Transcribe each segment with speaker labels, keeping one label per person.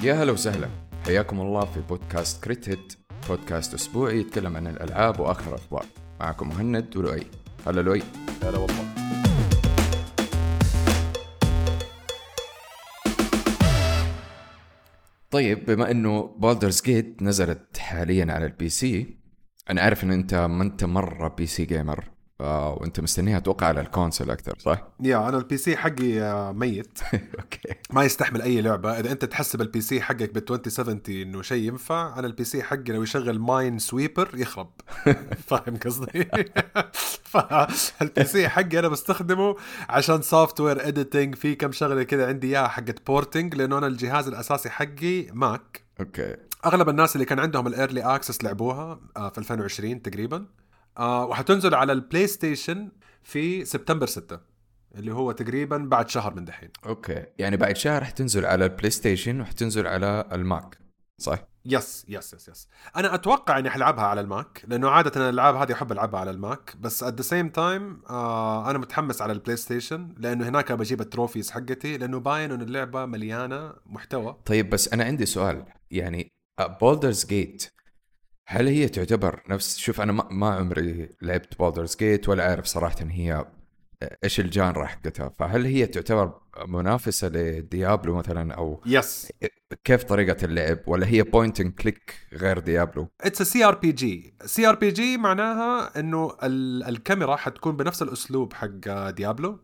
Speaker 1: يا هلا وسهلا، حياكم الله في بودكاست كريت هيت، بودكاست أسبوعي يتكلم عن الألعاب وآخر الأخبار. معكم مهند ولؤي. هلا لؤي.
Speaker 2: هلا والله.
Speaker 1: طيب، بما إنه Baldur's Gate نزلت حاليا على البي سي، أنا عارف إن أنت ما أنت مرة بي سي جيمر، وأنت مستنيها أتوقع على الكونسول أكثر، صح؟
Speaker 2: انا البي سي حقي ميت.
Speaker 1: أوكي.
Speaker 2: ما يستحمل اي لعبه. اذا انت تحسب البي سي حقك بال 2070 انه شيء ينفع، انا البي سي حقي لو يشغل ماين سويبر يخرب. فاهم قصدي؟ فالبي سي حقي انا بستخدمه عشان سوفت وير اديتنج، في كم شغله كذا عندي اياها حقت بورتنج، لانه انا الجهاز الاساسي حقي ماك.
Speaker 1: أوكي.
Speaker 2: اغلب الناس اللي كان عندهم الايرلي اكسس لعبوها في 2020 تقريبا، وحتنزل على البلاي ستيشن في سبتمبر 6، اللي هو تقريبا بعد شهر من دحين.
Speaker 1: أوكي، يعني بعد شهر حتنزل على البلاي ستيشن وحتنزل على الماك، صح؟
Speaker 2: يس. انا اتوقع اني حلعبها على الماك، لانه عاده الالعاب هذه احب العبها على الماك، بس at the same time انا متحمس على البلاي ستيشن، لانه هناك بجيب التروفيز حقتي، لانه باين ان اللعبه مليانه محتوى.
Speaker 1: طيب، بس أنا عندي سؤال. يعني Baldur's Gate هل هي تعتبر نفس، شوف أنا ما عمري لعبت Baldur's Gate ولا عارف صراحة إن هي إيش الجانرا حقتها، فهل هي تعتبر منافسة لديابلو مثلا، أو
Speaker 2: يس،
Speaker 1: كيف طريقة اللعب، ولا هي بوينت اند كليك غير ديابلو؟
Speaker 2: اتس سي ار بي جي. سي ار بي جي معناها انه الكاميرا حتكون بنفس الاسلوب حق ديابلو،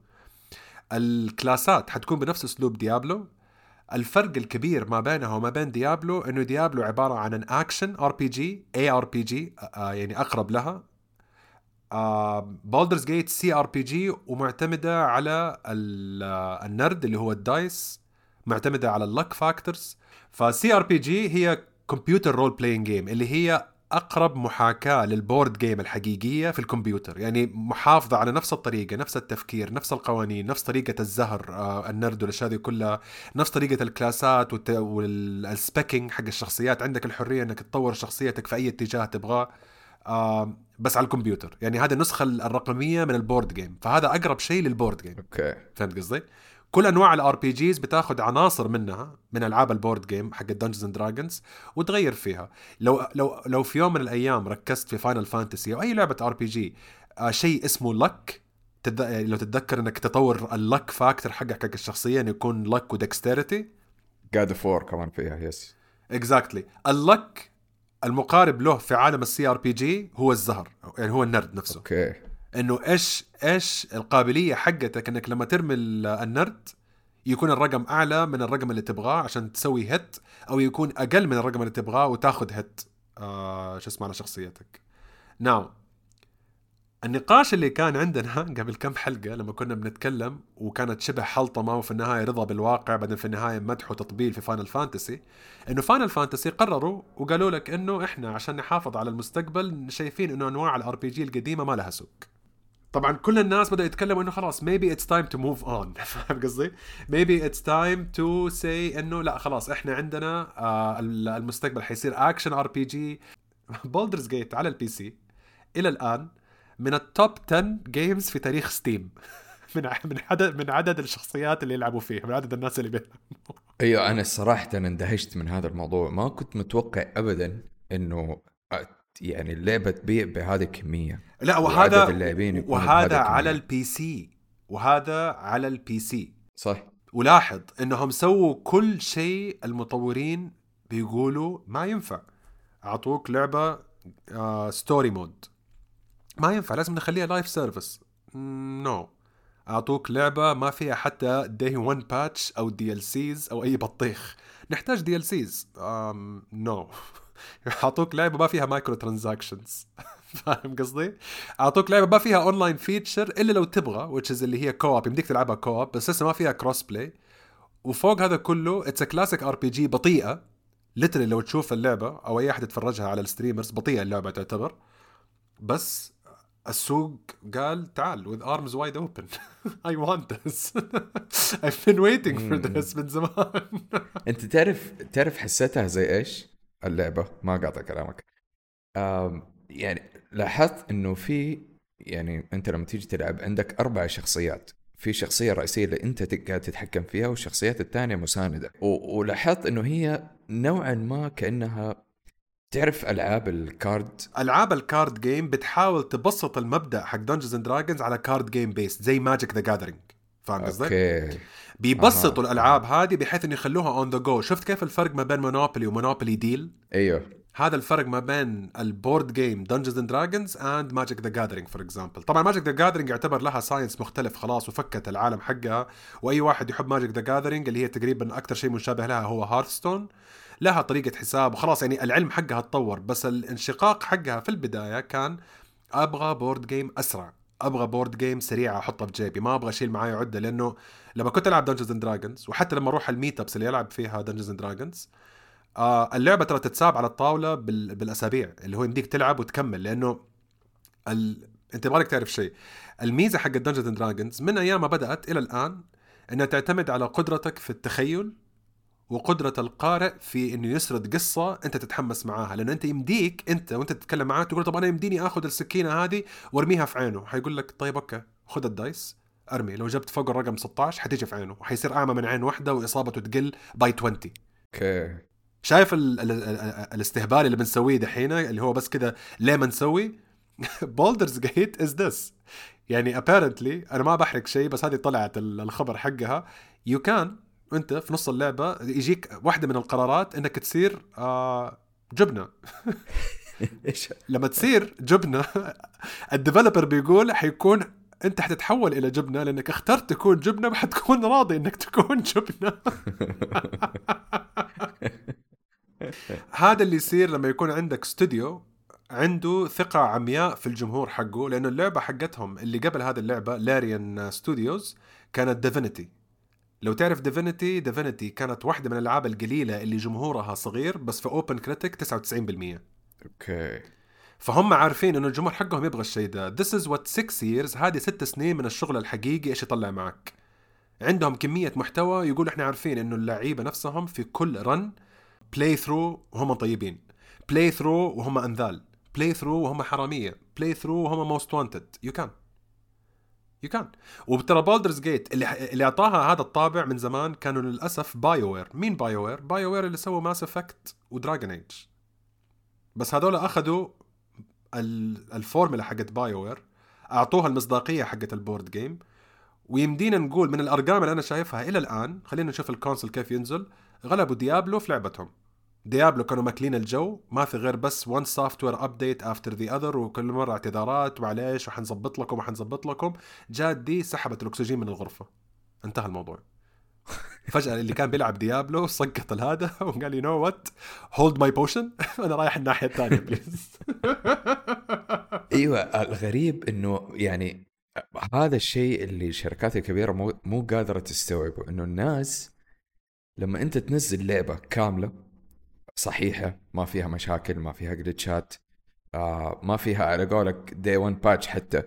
Speaker 2: الكلاسات حتكون بنفس اسلوب ديابلو. الفرق الكبير ما بينها وما بين ديابلو انه ديابلو عباره عن ان اكشن ار بي جي، اي ار بي جي يعني اقرب لها. بولدرز جيت سي ار بي جي، ومعتمده على النرد اللي هو الدايس، معتمده على اللك فاكتورز. فسي ار بي جي هي كمبيوتر رول بلاينج جيم، اللي هي أقرب محاكاة للبورد جيم الحقيقية في الكمبيوتر، يعني محافظة على نفس الطريقة، نفس التفكير، نفس القوانين، نفس طريقة الزهر النرد والأشياء دي كلها، نفس طريقة الكلاسات والسبيكينج حق الشخصيات. عندك الحرية أنك تطور شخصيتك في أي اتجاه تبغاه، بس على الكمبيوتر. يعني هذه النسخة الرقمية من البورد جيم، فهذا أقرب شيء للبورد جيم.
Speaker 1: اوكي،
Speaker 2: فهمت قصدي؟ كل انواع الار بي جيز بتاخذ عناصر منها من العاب البورد جيم حق الدنجنز اند دراجونز وتغير فيها. لو في يوم من الايام ركزت في فاينل فانتسي او اي لعبه ار بي جي شيء اسمه لك، لو تتذكر انك تطور اللك فاكتور حق الشخصيه، انه يكون لك ودكستيريتي.
Speaker 1: God of War كمان فيها. يس
Speaker 2: اكزاكتلي. اللك المقارب له في عالم السي ار بي جي هو الزهر، يعني هو النرد نفسه.
Speaker 1: اوكي.
Speaker 2: انه ايش القابليه حقتك انك لما ترمي النرد يكون الرقم اعلى من الرقم اللي تبغاه عشان تسوي هيت، او يكون اقل من الرقم اللي تبغاه وتاخذ هيت شو اسمه على شخصيتك. ناو، النقاش اللي كان عندنا قبل كم حلقة لما كنا بنتكلم، وكانت شبه حلطمة وفي النهاية رضا بالواقع، بعدين في النهاية مدح وتطبيل في فاينل فانتسي، انه فاينل فانتسي قرروا وقالوا لك انه احنا عشان نحافظ على المستقبل شايفين انه انواع الار بي جي القديمة ما لها سوق. طبعا كل الناس بدأوا يتكلموا انه خلاص maybe it's time to move on. فاهم قصدي؟ maybe it's time to say انه لا خلاص احنا عندنا المستقبل حيصير اكشن ار بي جي. بولدرز جيت على البي سي الى الان من التوب 10 جيمز في تاريخ ستيم. من عدد الشخصيات اللي يلعبوا فيه، من عدد الناس اللي بيلعبوا.
Speaker 1: ايوه، انا الصراحه انا اندهشت من هذا الموضوع، ما كنت متوقع ابدا انه يعني اللعبه تبيع بهذه الكميه.
Speaker 2: لا،
Speaker 1: وعدد اللاعبين يكون
Speaker 2: وهذا على البي سي، وهذا على البي سي.
Speaker 1: صح.
Speaker 2: ولاحظ انهم سووا كل شيء المطورين بيقولوا ما ينفع. اعطوك لعبة ستوري مود، ما ينفع، لازم نخليها لايف سيرفيس. نو. اعطوك لعبة ما فيها حتى دي 1 باتش او دي ال سيز او اي بطيخ، نحتاج دي ال سيز. نو. اعطوك لعبة ما فيها مايكرو ترانزاكشنز. فاهم قصدي؟ اعطوك لعبة ما فيها اونلاين فيتشر الا لو تبغى، which is اللي هي كواب، يمديك تلعبها كواب بس لسه ما فيها كروس بلاي. وفوق هذا كله اتس كلاسيك ار بي جي بطيئة ليترلي. لو تشوف اللعبة او اي احد يتفرجها على الستريمرز بطيئة اللعبة تعتبر، بس السوق قال تعال with arms wide open. I want this. I've been waiting for this من زمان.
Speaker 1: انت تعرف حسيتها زي ايش اللعبه؟ ما قاطع كلامك. يعني لاحظت انه في، يعني انت لما تيجي تلعب عندك 4 شخصيات، في شخصية رئيسية اللي أنت قاعد تتحكم فيها، والشخصيات الثانية مساندة. ولاحظت إنه هي نوعا ما كأنها تعرف ألعاب
Speaker 2: الكارد جيم بتحاول تبسط المبدأ حق Dungeons and Dragons على كارد جيم بيست زي ماجيك ذا جاذرينج. فاهم قصدي؟
Speaker 1: أوكي.
Speaker 2: بيبسطوا الألعاب هذه بحيث إنه يخلوها اون ذا جو. شفت كيف الفرق ما بين مونوبولي ومونوبولي ديل؟
Speaker 1: أيوه،
Speaker 2: هذا الفرق ما بين البورد جيم Dungeons and Dragons and Magic the Gathering for example. طبعا Magic the Gathering يعتبر لها ساينس مختلف خلاص وفكت العالم حقها، وأي واحد يحب Magic the Gathering اللي هي تقريبا أكتر شيء مشابه لها هو هارثستون، لها طريقة حساب وخلاص. يعني العلم حقها تطور، بس الانشقاق حقها في البداية كان أبغى بورد جيم أسرع، أبغى بورد جيم سريعة أحطها في جيبي، ما أبغى أشيل معايا عدة. لأنه لما كنت ألعب Dungeons and Dragons وحتى لما أروح الميت أبس اللي يلعب فيها Dungeons and Dragons، اللعبة ترى تتساب على الطاولة بالأسابيع، اللي هو يمديك تلعب وتكمل. لأنه أنت يبغالك تعرف شيء، الميزة حق Dungeons and Dragons من أيام ما بدأت إلى الآن أنها تعتمد على قدرتك في التخيل وقدرة القارئ في إنه يسرد قصة أنت تتحمس معاها. لأنه أنت يمديك أنت وأنت تتكلم معاه تقول طب أنا يمديني أخذ السكينة هذه وارميها في عينه، حيقول لك طيب أوكي خذ الدايس أرمي، لو جبت فوق الرقم 16 حتيجي في عينه وحيصير أعمى من عين واحدة وإصابته تقل باي 20.
Speaker 1: اوكي.
Speaker 2: شايف الاستهبال اللي بنسويه دحين اللي هو بس كده ليه ما نسوي؟ Baldur's Gate is this. يعني apparently أنا ما بحرق شيء، بس هذه طلعت الخبر حقها. you can أنت في نص اللعبة يجيك واحدة من القرارات إنك تصير جبنة. لما تصير جبنة الديفلوبر بيقول حيكون أنت حتتحول إلى جبنة لأنك اخترت تكون جبنة وحتكون راضي إنك تكون جبنة. هذا اللي يصير لما يكون عندك استوديو عنده ثقة عمياء في الجمهور حقه. لأنه اللعبة حقتهم اللي قبل هذه اللعبة لاريان ستوديوز كانت ديفينيتي. لو تعرف ديفينيتي كانت واحدة من الألعاب القليلة اللي جمهورها صغير، بس في أوبن كريتيك 99%.
Speaker 1: اوكي.
Speaker 2: فهم عارفين إنه الجمهور حقهم يبغى الشيء ده. This is what 6 years، هذه 6 سنين من الشغل الحقيقي إيش يطلع معك. عندهم كمية محتوى يقول إحنا عارفين إنه اللعيبة نفسهم في كل رن بلاي ثرو وهم طيبين، بلاي ثرو وهم أنذال، بلاي ثرو وهم حرامية، بلاي ثرو وهم موست وانتد. يو كان. وبترى Baldur's Gate اللي أعطاها هذا الطابع من زمان كانوا للأسف بايووير. مين بايووير اللي سووا ماس افكت ودراجون ايج. بس هذول أخذوا الفورمولا حقت بايووير، أعطوها المصداقية حقت البورد جيم. ويمدينا نقول من الأرقام اللي أنا شايفها إلى الآن، خلينا نشوف الكونسول كيف ينزل، غلبوا ديابلو في لعبتهم. ديابلو كانوا ماكلين الجو، ما في غير بس one software update after the other، وكل مرة اعتذارات وعليش وحنزبط لكم. جات دي سحبت الأكسجين من الغرفة، انتهى الموضوع. فجأة اللي كان بيلعب ديابلو سقط هذا وقال you know what hold my potion أنا رايح الناحية الثانية بليز.
Speaker 1: ايوه، الغريب انه يعني هذا الشيء اللي الشركات الكبيرة مو قادرة تستوعبه، انه الناس لما انت تنزل لعبة كاملة صحيحة ما فيها مشاكل، ما فيها جلتشات، ما فيها على قولك day one patch حتى،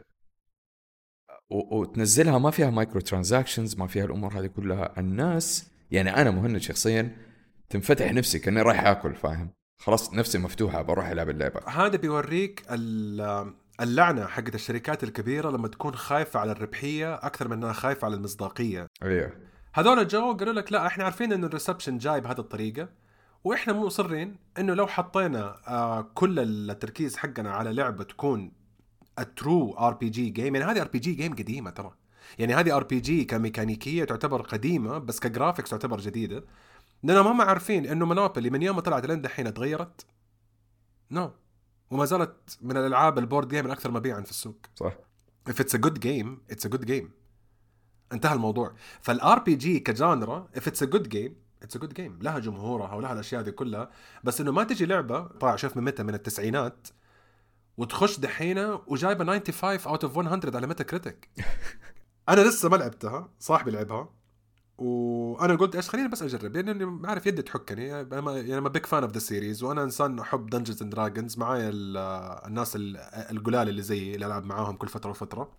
Speaker 1: وتنزلها ما فيها مايكرو ترانزاكشنز، ما فيها الأمور هذه كلها، الناس يعني أنا مهند شخصيا تنفتح نفسي كأني رايح أكل، فاهم؟ خلاص نفسي مفتوحة بروح ألعب اللعبة.
Speaker 2: هذا بيوريك اللعنة حقت الشركات الكبيرة لما تكون خايفة على الربحية أكثر من أنها خايفة على المصداقية.
Speaker 1: أيوه.
Speaker 2: هذول جو قالوا لك لا احنا عارفين انه الريسبشن جاي بهذه الطريقة، واحنا مو مصرين انه لو حطينا كل التركيز حقنا على لعبة تكون الترو ار بي جي جيم. يعني هذه ار بي جي جيم قديمة ترى، يعني هذه ار بي جي كميكانيكية تعتبر قديمة، بس كجرافيكس تعتبر جديدة. لأنهم هم عارفين انه مونوبولي من يوم ما طلعت لين دحين تغيرت وما زالت من الالعاب البورد جيم الاكثر مبيعا في السوق.
Speaker 1: صح.
Speaker 2: if it's a good game it's a good game، انتهى الموضوع. فالار بي جي كجانرا if it's a good game it's a good game، لها جمهورها ولها الاشياء دي كلها. بس انه ما تجي لعبه طلع شوف من متى، من التسعينات، وتخش دحينه وجايبه 95 out of 100 على ميتا كريتيك. انا لسه ما لعبتها، صاحبي لعبها وانا قلت ايش خليني بس اجرب، لاني ما اعرف يدي تحكني. يعني ما بيك فان اوف ذا سيريز، وانا انسان احب دنجنز اند دراجونز. معايا الناس القلال اللي زي اللي العب معاهم كل فتره وفتره.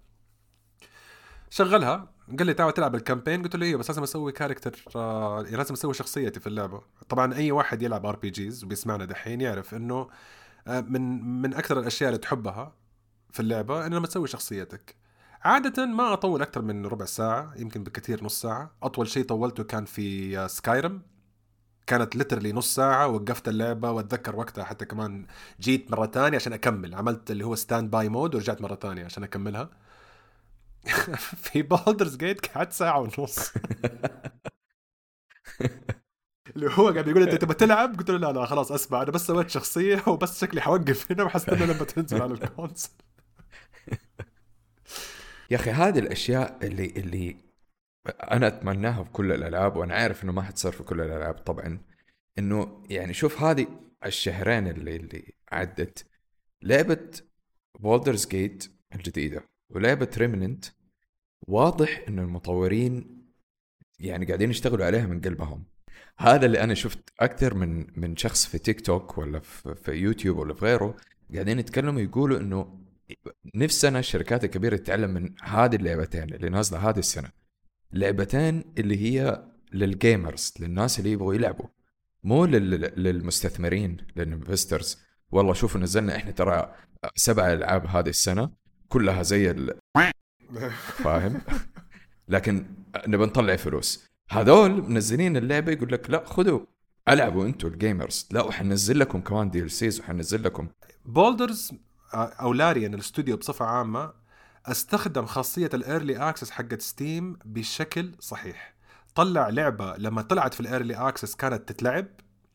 Speaker 2: شغلها قال لي تعال تلعب الكامبين، قلت له ايه بس لازم اسوي كاركتر، لازم اسوي شخصيتي في اللعبه. طبعا اي واحد يلعب ار بي جيز وبيسمعنا دحين يعرف انه من اكثر الاشياء اللي تحبها في اللعبه انه لما تسوي شخصيتك. عادة ما أطول أكثر من ربع ساعة، يمكن بكثير نص ساعة. أطول شيء طولته كان في سكايرم، كانت لترلي نص ساعة، وقفت اللعبة وأتذكر وقتها حتى كمان جيت مرة تانية عشان أكمل، عملت اللي هو ستاند باي مود ورجعت مرة تانية عشان أكملها. في بولدرز جيت قعدت ساعة ونص. اللي هو قاعد يقول انت تبى تلعب، قلت له لا لا خلاص اسمع، انا بس سويت شخصيه وبس شكلي حوقف هنا وحستنى لما تنزل على الكونسل.
Speaker 1: يا اخي هذه الاشياء اللي انا اتمناها في كل الالعاب، وانا عارف انه ما حتصير في كل الالعاب طبعا. انه يعني شوف هذه الشهرين اللي عدت، لعبه بولدرز جيت الجديده ولعبه ريمننت، واضح انه المطورين يعني قاعدين يشتغلوا عليها من قلبهم. هذا اللي انا شفت اكثر من شخص في تيك توك ولا في يوتيوب ولا في غيره قاعدين يتكلموا يقولوا انه نفسنا الشركات الكبيره تتعلم من هذه اللعبتين اللي نازله هذه السنه، لعبتين اللي هي للجيمرز، للناس اللي يبغوا يلعبوا، مو للمستثمرين للانفسترز. والله شوفوا نزلنا احنا ترى 7 ألعاب هذه السنه كلها زي فاهم، لكن نبي نطلع فلوس. هذول منزلين اللعبه يقول لك لا خذوا العبوا انتوا الجيمرز، لا وحننزل لكم كمان دي ال سيز وحننزل لكم.
Speaker 2: بولدرز او لاريان الاستوديو بصفه عامه استخدم خاصيه الايرلي اكسس حقت ستيم بشكل صحيح. طلع لعبه لما طلعت في الايرلي اكسس كانت تتلعب،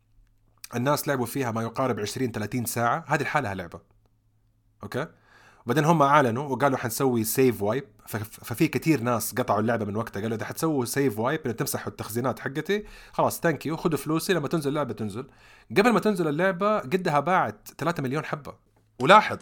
Speaker 2: الناس لعبوا فيها ما يقارب 20-30 ساعه، هذه الحالة لعبه اوكي. وبعدين هم اعلنوا وقالوا حنسوي سيف وايب، ففي كتير ناس قطعوا اللعبه من وقتها، قالوا اذا حتسووا سيف وايب انه تمسحوا التخزينات حقتي خلاص ثانك يو، خذوا فلوسي لما تنزل اللعبه تنزل. قبل ما تنزل اللعبه قدها باعت 3 مليون حبه. ولاحظ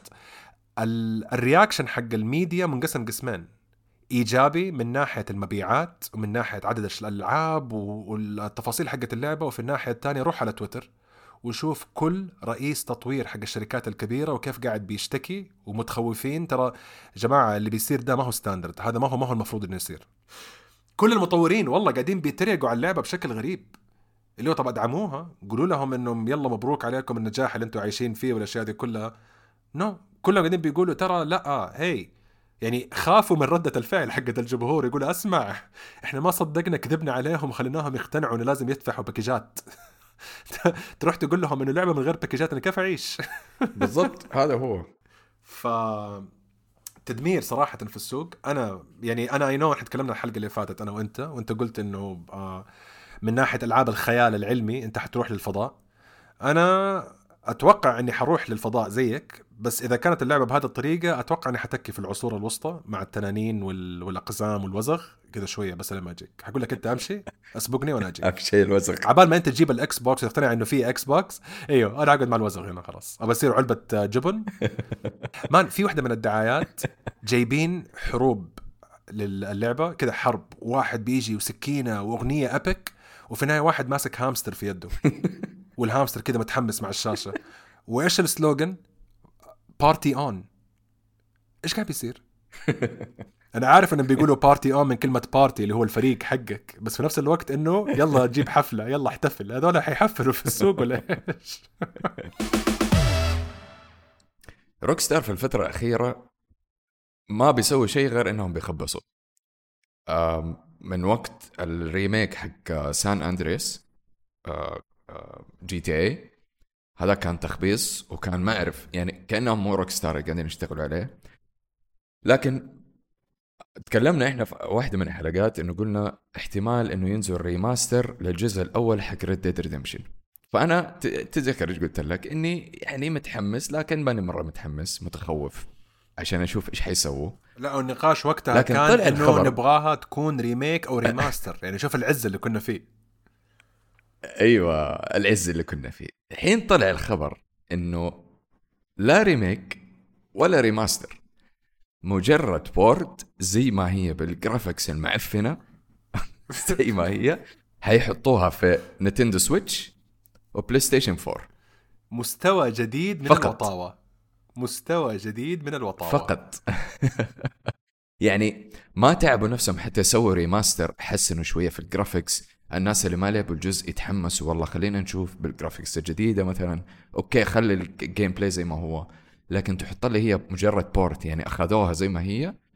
Speaker 2: الرياكشن حق الميديا منقسم قسمين، ايجابي من ناحيه المبيعات ومن ناحيه عدد الالعاب والتفاصيل حقت اللعبه، وفي الناحيه الثانيه روح على تويتر وشوف كل رئيس تطوير حق الشركات الكبيرة وكيف قاعد بيشتكي ومتخوفين. ترى جماعة اللي بيصير ده ما هو ستاندرد، هذا ما هو المفروض انه يصير. كل المطورين والله قاعدين بيتريقوا على اللعبة بشكل غريب، اللي هو طب ادعموها، قولوا لهم انهم يلا مبروك عليكم النجاح اللي انتم عايشين فيه والاشياء دي كلها. كلهم قاعدين بيقولوا ترى لا هي، يعني خافوا من ردة الفعل حقت الجمهور، يقول اسمع احنا ما صدقنا، كذبنا عليهم وخليناهم يقتنعوا انه لازم يدفعوا باكيجات. تروح تقول لهم انه لعبه من غير باكيجات انا كيف اعيش؟
Speaker 1: بالضبط هذا هو.
Speaker 2: ف تدمير صراحه في السوق. انا يعني انا اي نو احنا تكلمنا الحلقه اللي فاتت انا وانت قلت انه من ناحيه العاب الخيال العلمي انت حتروح للفضاء. انا اتوقع اني حروح للفضاء زيك، بس اذا كانت اللعبه بهذه الطريقه اتوقع اني حتكي في العصور الوسطى مع التنانين والاقزام والوزغ كذا شويه. بس لما اجيك حقول لك انت امشي اسبقني وانا اجيك.
Speaker 1: اكشي الوزغ
Speaker 2: عبال ما انت تجيب الاكس بوكس وتقتنع انه في اكس بوكس، ايوه انا اقعد مع الوزغ هنا خلاص، ابى اصير علبه جبن. مان في واحده من الدعايات جايبين حروب للعبه كذا، حرب واحد بيجي وسكينه واغنيه ابيك، وفي النهايه واحد ماسك هامستر في يده والهامستر كذا متحمس مع الشاشه. وايش السلوغن؟ بارتي اون. ايش قاعد بيصير؟ انا عارف انهم بيقولوا بارتي اون من كلمه بارتي اللي هو الفريق حقك، بس في نفس الوقت انه يلا جيب حفله يلا احتفل. هذول حيحفلوا في السوق ولا ايش؟
Speaker 1: روك ستار في الفتره الاخيره ما بيسوي شيء غير انهم بيخبصوا. من وقت الريميك حق سان اندريس جي تي اي، هذا كان تخبيص وكان ما اعرف يعني كانهم مو روك ستار قاعدين يشتغلوا عليه. لكن تكلمنا احنا في واحده من الحلقات انه قلنا احتمال انه ينزل ريماستر للجزء الاول حق ريد ديد ريدمشن. فانا تذكر ايش قلت لك، اني يعني متحمس لكن ماني مره متحمس، متخوف عشان اشوف ايش حيسووا.
Speaker 2: لا النقاش وقتها كان انه نبغاها تكون ريميك او ريماستر. يعني شوف العز اللي كنا فيه.
Speaker 1: ايوه العز اللي كنا فيه. الحين طلع الخبر انه لا ريميك ولا ريماستر، مجرد بورد زي ما هي بالجرافيكس المعفنه زي ما هي، حيحطوها في نينتندو سويتش وبلاي ستيشن 4.
Speaker 2: مستوى جديد من الوطاوه، مستوى جديد من الوطاوه
Speaker 1: فقط. يعني ما تعبوا نفسهم حتى يسووا ريماستر، حسنوا شويه في الجرافيكس، الناس اللي ما لعبوا الجزء يتحمسوا والله خلينا نشوف بالجرافيكس الجديده مثلا. اوكي خلي الجيم بلاي زي ما هو، لكن تحط لي هي مجرد بورت، يعني اخذوها زي ما هي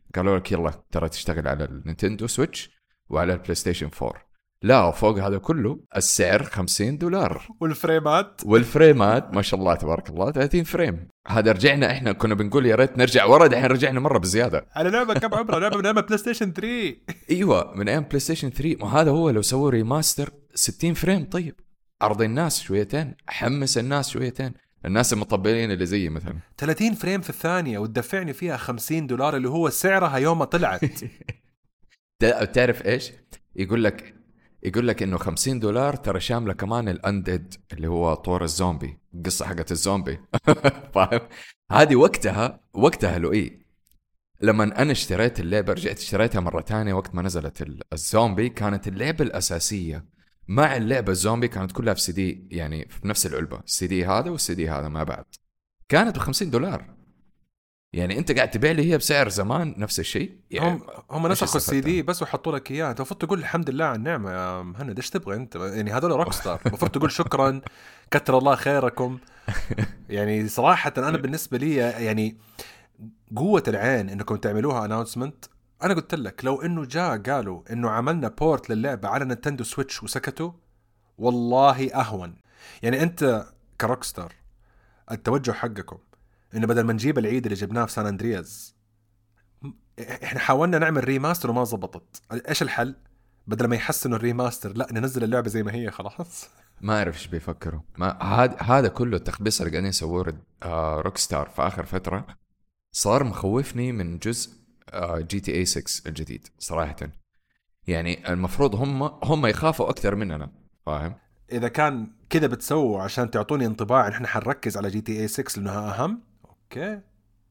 Speaker 1: قالوا لك يلا ترى تشتغل على النينتندو سويتش وعلى البلاي ستيشن 4. لا وفوق هذا كله السعر $50. والفريمات ما شاء الله تبارك الله 30 فريم. هذا رجعنا احنا كنا بنقول يا ريت نرجع ورا، دحين رجعنا مره بزياده
Speaker 2: على لعبه كم عمرها، لعبه من ايام بلاي ستيشن 3.
Speaker 1: ايوه من ايام بلاي ستيشن 3. ما هذا هو لو سووا ريماستر 60 فريم طيب ارضي الناس شويتين، حمس الناس شويتين، الناس المطبلين اللي زي مثلا
Speaker 2: 30 فريم في الثانيه وتدفعني فيها $50 اللي هو سعرها يوم ما طلعت.
Speaker 1: تعرف ايش يقول لك انه $50 ترى شامله كمان الاندد اللي هو طور الزومبي، القصه حقت الزومبي. فاهم؟ هذه وقتها لو ايه لما انا اشتريت اللعبه، رجعت اشتريتها مره تانية وقت ما نزلت الزومبي، كانت اللعبه الاساسيه مع اللعبه الزومبي كانت كلها في CD، يعني في نفس العلبه، CD هذا والCD هذا مع بعض، كانت $50. يعني انت قاعد تبيع لي هي بسعر زمان نفس الشيء. يعني
Speaker 2: هم نسخوا CD بس وحطوا لك اياه. انت المفروض تقول الحمد لله على النعمه يا مهند، ايش تبغى انت؟ يعني هذول روك ستار، المفروض تقول شكرا كتر الله خيركم. يعني صراحه انا بالنسبه لي يعني قوه العين انكم تعملوها اناونسمنت. انا قلت لك لو انه جاء قالوا انه عملنا بورت للعبه على نينتندو سويتش وسكتوا، والله اهون. يعني انت كروكستار التوجه حقكم انه بدل ما نجيب العيد اللي جبناه في سان اندرياز، احنا حاولنا نعمل ريماستر وما زبطت. ايش الحل؟ بدل ما يحسنوا الريماستر لا ننزل اللعبه زي ما هي خلاص.
Speaker 1: ما اعرف ايش بيفكروا. ما هذا كله التخبيص اللي قاعدين يسووه روك ستار في اخر فتره صار مخوفني من جزء GTA 6 الجديد صراحه. يعني المفروض هم يخافوا اكثر مننا، فاهم؟
Speaker 2: اذا كان كذا بتسووا عشان تعطوني انطباع ان احنا حنركز على GTA 6 لانها اهم، اوكي.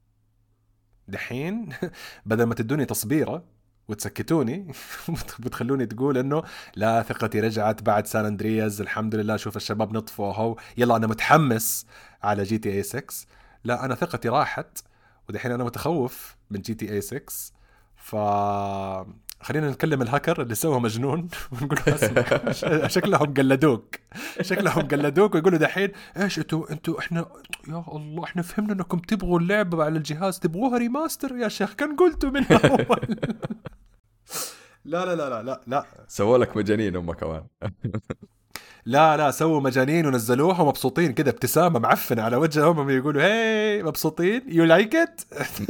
Speaker 2: دحين بدل ما تدوني تصبيره وتسكتوني بتخلوني تقول انه لا ثقتي رجعت بعد سان اندرياز، الحمد لله شوف الشباب نطفوا اهو، يلا انا متحمس على GTA 6. لا انا ثقتي راحت ودحين انا متخوف من GTA 6. ف خلينا نكلم الهاكر اللي سوى مجنون ونقول اسمع شكلهم قلدوك ويقولوا دحين ايش انتوا احنا يا الله احنا فهمنا انكم تبغوا اللعبه على الجهاز تبغوها ريماستر يا شيخ، كان قلتوا من اول. لا لا لا لا لا
Speaker 1: سووا لك مجانين هم كمان.
Speaker 2: لا سووا مجانين ونزلوها ومبسوطين كده، ابتسامه معفنه على وجههم يقولوا هاي مبسوطين يو لايك ات.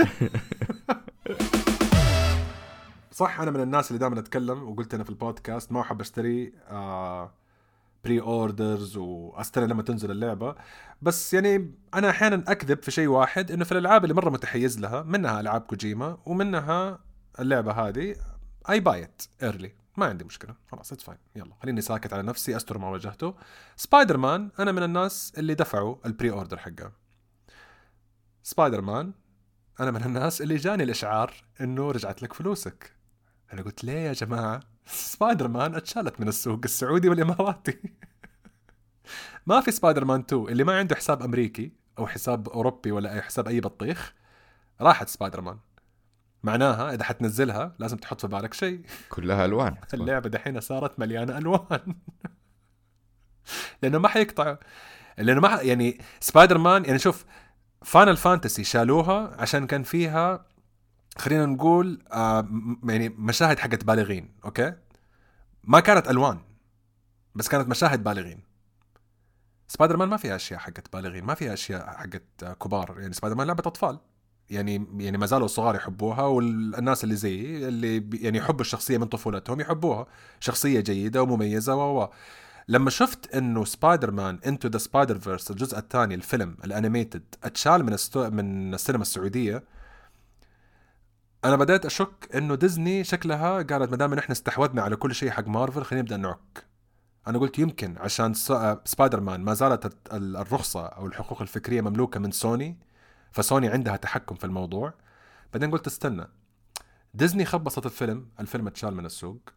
Speaker 2: صح انا من الناس اللي دائما اتكلم وقلت انا في البودكاست ما احب اشتري بري اوردرز واستنى لما تنزل اللعبه. بس يعني انا احيانا اكذب في شيء واحد، انه في الالعاب اللي مره متحيز لها منها العاب كوجيما ومنها اللعبه هذه اي بايت ايرلي، ما عندي مشكله خلاص اتس فاين، يلا خليني ساكت على نفسي استر ما واجهته. سبايدر مان انا من الناس اللي دفعوا البري اوردر حقه. سبايدر مان انا من الناس اللي جاني الاشعار انه رجعت لك فلوسك. أنا قلت ليه يا جماعة؟ سبايدر مان اتشالت من السوق السعودي والإماراتي. ما في سبايدر مان 2 اللي ما عنده حساب أمريكي أو حساب أوروبي ولا أي حساب أي بطيخ راحت سبايدر مان. معناها إذا حتنزلها لازم تحط في بالك شيء،
Speaker 1: كلها ألوان.
Speaker 2: اللعبة دحين صارت مليانة ألوان. لأنه ما حيقطع، لأنه ما يعني سبايدر مان يعني شوف فاينل فانتسي شالوها عشان كان فيها خلينا نقول يعني مشاهد حقت بالغين، اوكي ما كانت الوان بس كانت مشاهد بالغين. سبايدر مان ما فيها اشياء حقت بالغين، ما فيها اشياء حقت كبار. يعني سبايدر مان لعبه اطفال، يعني ما زالوا الصغار يحبوها، والناس اللي زي اللي يعني يحبوا الشخصيه من طفولتهم يحبوها، شخصيه جيده ومميزه. لما شفت انه سبايدر مان انتو ذا سبايدر فيرس الجزء الثاني الفيلم الانيميتد اتشال من السينما السعوديه، انا بدأت اشك انه ديزني شكلها قالت مدام نحن استحوذنا على كل شيء حق مارفل خلينا نبدأ نعك. انا قلت يمكن عشان سبايدر مان ما زالت الرخصة او الحقوق الفكرية مملوكة من سوني، فسوني عندها تحكم في الموضوع. بعدين قلت استنى، ديزني خبصت الفيلم اتشال من السوق،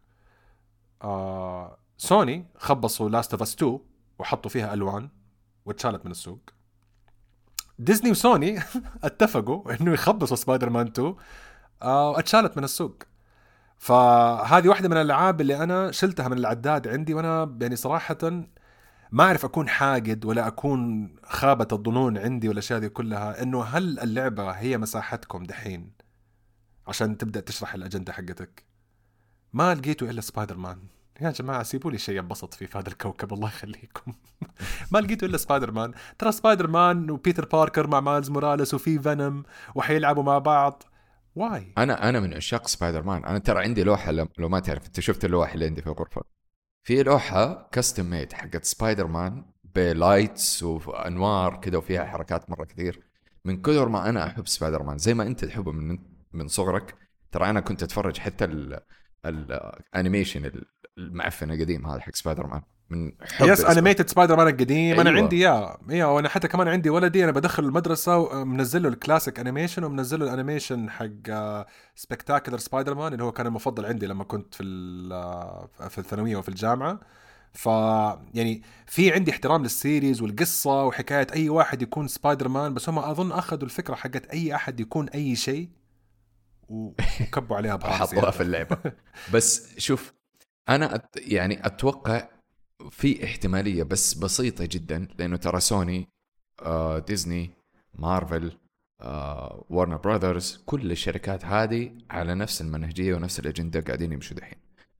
Speaker 2: سوني خبصوا لاست اوف اس 2 وحطوا فيها الوان واتشالت من السوق. ديزني وسوني اتفقوا انه يخبصوا سبايدر مان 2 اتشالت من السوق. فهذه واحدة من الألعاب اللي أنا شلتها من العداد عندي، وأنا يعني صراحة ما أعرف أكون حاقد ولا أكون خابت الظنون عندي ولا الأشياء هذه كلها، إنه هل اللعبة هي مساحتكم دحين عشان تبدأ تشرح الأجندة حقتك. ما لقيتوا إلا سبايدر مان. يا جماعة سيبوا لي شيء ينبسط فيه في هذا الكوكب الله يخليكم. ما لقيتوا إلا سبايدر مان. ترى سبايدر مان وبيتر باركر مع مايلز موراليس وفي فينوم وحيلعبوا مع بعض. واي
Speaker 1: انا من عشاق سبايدر مان. انا ترى عندي لوحه، لو ما تعرف، انت شفت اللوحه اللي عندي في الغرفه؟ في لوحه كاستم ميد حقت سبايدر مان بلايتس وانوار كده وفيها حركات مره كثير. من كثر ما انا احب سبايدر مان زي ما انت تحبه من صغرك. ترى انا كنت اتفرج حتى الانيميشن المعفن القديم هذا حق سبايدر مان من حب.
Speaker 2: يس انيميتد سبايدر مان القديم. انا
Speaker 1: أيوة.
Speaker 2: عندي اياه وانا حتى كمان عندي ولدي انا بدخل المدرسه ومنزل له الكلاسيك انيميشن ومنزل له الانيميشن حق سبكتاكولر سبايدر مان اللي هو كان المفضل عندي لما كنت في الثانويه وفي الجامعه. ف يعني في عندي احترام للسيريز والقصه وحكايه اي واحد يكون سبايدر مان، بس هم اظن اخذوا الفكره حقت اي احد يكون اي شيء وكبوا عليها بهار
Speaker 1: حطوها في اللعبه. بس شوف انا يعني اتوقع في احتماليه بس بسيطه جدا، لانه ترى سوني، ديزني، مارفل، وارنر براذرز، كل الشركات هذه على نفس المنهجيه ونفس الاجنده قاعدين يمشوا دحين.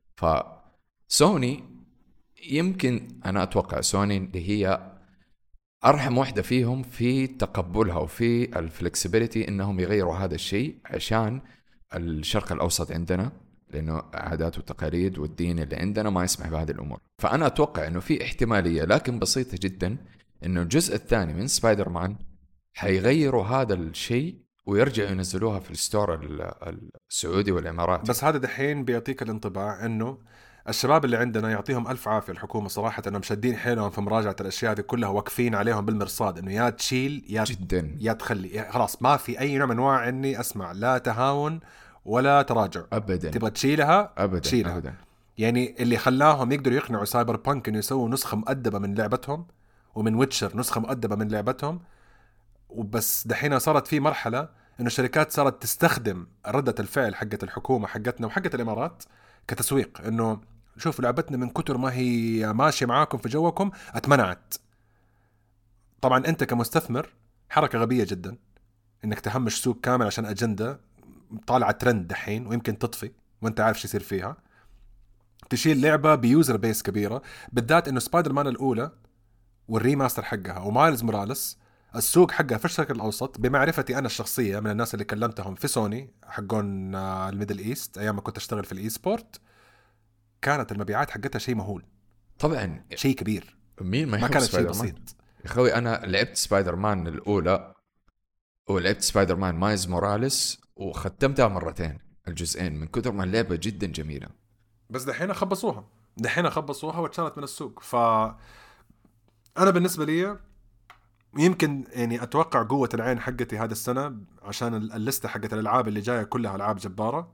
Speaker 1: فسوني يمكن انا اتوقع سوني اللي هي ارحم واحده فيهم في تقبلها وفي الفلكسبيليتي انهم يغيروا هذا الشيء عشان الشرق الاوسط عندنا، لانه عادات وتقاليد والدين اللي عندنا ما يسمح بهذه الامور. فانا اتوقع انه في احتماليه لكن بسيطه جدا انه الجزء الثاني من سبايدر مان حيغيروا هذا الشيء ويرجعوا ينزلوها في الستور السعودي والاماراتي.
Speaker 2: بس هذا دحين بيعطيك الانطباع انه الشباب اللي عندنا يعطيهم ألف عافية الحكومة صراحة، انهم شادين حيلهم في مراجعة الاشياء هذه كلها، واقفين عليهم بالمرصاد انه يا تشيل
Speaker 1: جدا
Speaker 2: يا تخلي. خلاص ما في اي نوع من انواع اني اسمع لا تهاون ولا تراجع
Speaker 1: ابدا.
Speaker 2: تبغى تشيلها
Speaker 1: ابدا
Speaker 2: تشيلها.
Speaker 1: ابدا.
Speaker 2: يعني اللي خلاهم يقدروا يقنعوا سايبر بانك انه يسووا نسخة مؤدبة من لعبتهم، ومن ويتشر نسخة مؤدبة من لعبتهم، وبس دحين صارت في مرحلة انه الشركات صارت تستخدم ردة الفعل حقت الحكومة حقتنا وحقت الامارات كتسويق، انه شوفوا لعبتنا من كتر ما هي ماشية معاكم في جوكم اتمنعت. طبعا انت كمستثمر حركة غبية جدا انك تهمش سوق كامل عشان اجندة طالعة ترند دحين ويمكن تطفي وانت عارف شو يصير فيها. تشيل لعبة بيوزر بيس كبيرة، بالذات انه سبايدر مان الاولى والريماستر حقها ومايلز موراليس السوق حقها في الشرق الأوسط بمعرفتي أنا الشخصية من الناس اللي كلمتهم في سوني حقون الميدل إيست أيام ما كنت أشتغل في الإي سبورت، كانت المبيعات حقتها شيء مهول
Speaker 1: طبعا
Speaker 2: شيء كبير.
Speaker 1: مين ما
Speaker 2: ما
Speaker 1: يحب
Speaker 2: كانت شيء
Speaker 1: سبايدر
Speaker 2: بسيط
Speaker 1: مان؟ يا خوي انا لعبت سبايدر مان الاولى ولعبت سبايدر مان مايلز موراليس وختمتها مرتين الجزئين من كثر ما اللعبه جدا جميله.
Speaker 2: بس دحين خبصوها واتشالت من السوق. فأنا بالنسبة لي يمكن يعني أتوقع قوة العين حقتي هذا السنة عشان اللستة حقت الألعاب اللي جاية كلها ألعاب جبارة.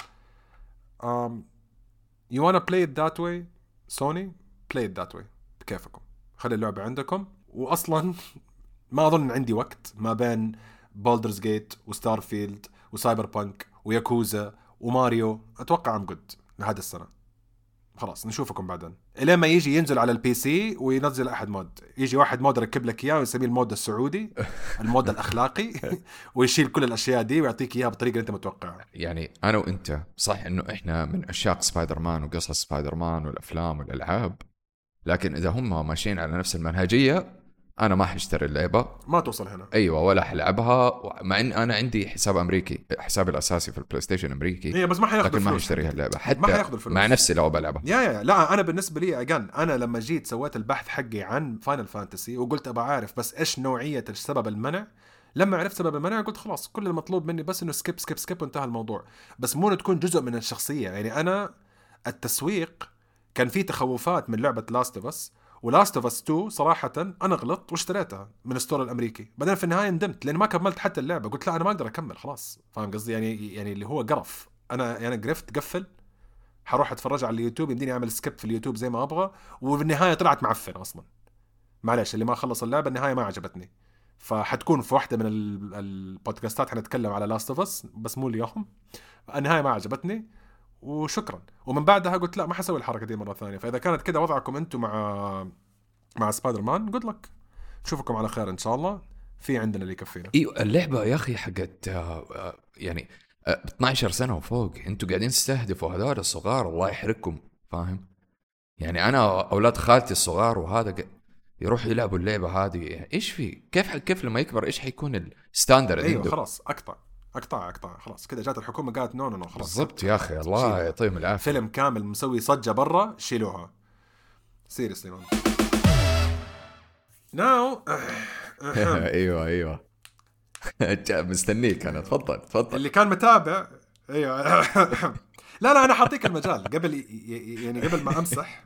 Speaker 2: You wanna play it that way سوني play it that way بكيفكم، خلي اللعبة عندكم. وأصلا ما أظن عندي وقت ما بين بولدرز جيت وستارفيلد وسايبر بانك وياكوزا وماريو. أتوقع I'm good لهذا السنة. خلاص نشوفكم بعدين إلى ما يجي ينزل على البي سي وينزل أحد مود، يجي واحد مود يركب لك إياه ويسميه المود السعودي المود الأخلاقي ويشيل كل الأشياء دي ويعطيك إياها بالطريقة اللي أنت متوقعها.
Speaker 1: يعني أنا وإنت صح إنه إحنا من عشاق سبايدر مان وقصص سبايدر مان والأفلام والألعاب، لكن إذا هم ماشيين على نفس المنهجية أنا ما حاشتري اللعبة،
Speaker 2: ما توصل هنا.
Speaker 1: أيوة ولا حلعبها، مع إن أنا عندي حساب أمريكي، حسابي الأساسي في البلاي ستيشن أمريكي.
Speaker 2: هي بس ما حياخذ
Speaker 1: لكن ما
Speaker 2: الفلوس
Speaker 1: حاشتري اللعبة
Speaker 2: ما
Speaker 1: حتى
Speaker 2: حياخذ الفلوس
Speaker 1: مع نفسي لو بلعبها.
Speaker 2: يا لا أنا بالنسبة لي أجان أنا لما جيت سويت البحث حقي عن فاينل فانتسي وقلت أبغى أعرف بس إيش نوعية السبب المنع، لما عرفت سبب المنع قلت خلاص كل المطلوب مني بس إنه سكيب وانتهى الموضوع. بس مو تكون جزء من الشخصية. يعني أنا التسويق كان فيه تخوفات من لعبة لاست اوف اس ولاست اوف اس 2 صراحة أنا غلطت واشتريتها من الستور الأمريكي، بعدين في النهاية ندمت لأن ما كملت حتى اللعبة. قلت لا أنا ما أقدر أكمل خلاص، فاهم قصدي؟ يعني اللي هو قرف أنا يعني قرفت قفل، حروح أتفرج على اليوتيوب يمديني أعمل سكيب في اليوتيوب زي ما أبغى، وفي النهاية طلعت معفنة أصلا. معلش اللي ما خلص اللعبة النهاية ما عجبتني. فحتكون في واحدة من البودكاستات حنتكلم على لاست اوف اس بس مو اليوم. النهاية ما عجبتني وشكرا. ومن بعدها قلت لا ما حسوي الحركة دي مرة ثانية. فإذا كانت كده وضعكم أنتم مع سبايدر مان good luck، نشوفكم على خير إن شاء الله. في عندنا اللي يكفينا.
Speaker 1: ايوه اللعبه يا اخي حقت يعني ب 12 سنه وفوق، انتوا قاعدين تستهدفوا هذول الصغار، الله يحرقكم، فاهم؟ يعني انا اولاد خالتي الصغار وهذا يروحوا يلعبوا اللعبه هذه، ايش في كيف لما يكبر ايش حيكون الستاندرد
Speaker 2: ايوه
Speaker 1: عنده؟
Speaker 2: خلاص اقطع خلاص كذا، جات الحكومه قالت نو نو نو خلاص
Speaker 1: بالضبط يا اخي، الله
Speaker 2: شيلها.
Speaker 1: يعطيهم العافيه.
Speaker 2: فيلم كامل مسوي صجه برا شيلوها سيريسلي مان. ناو
Speaker 1: ايوه ايوه. مستنيك انا، تفضل تفضل.
Speaker 2: اللي كان متابع ايوه لا انا حاعطيك المجال قبل يعني قبل ما امسح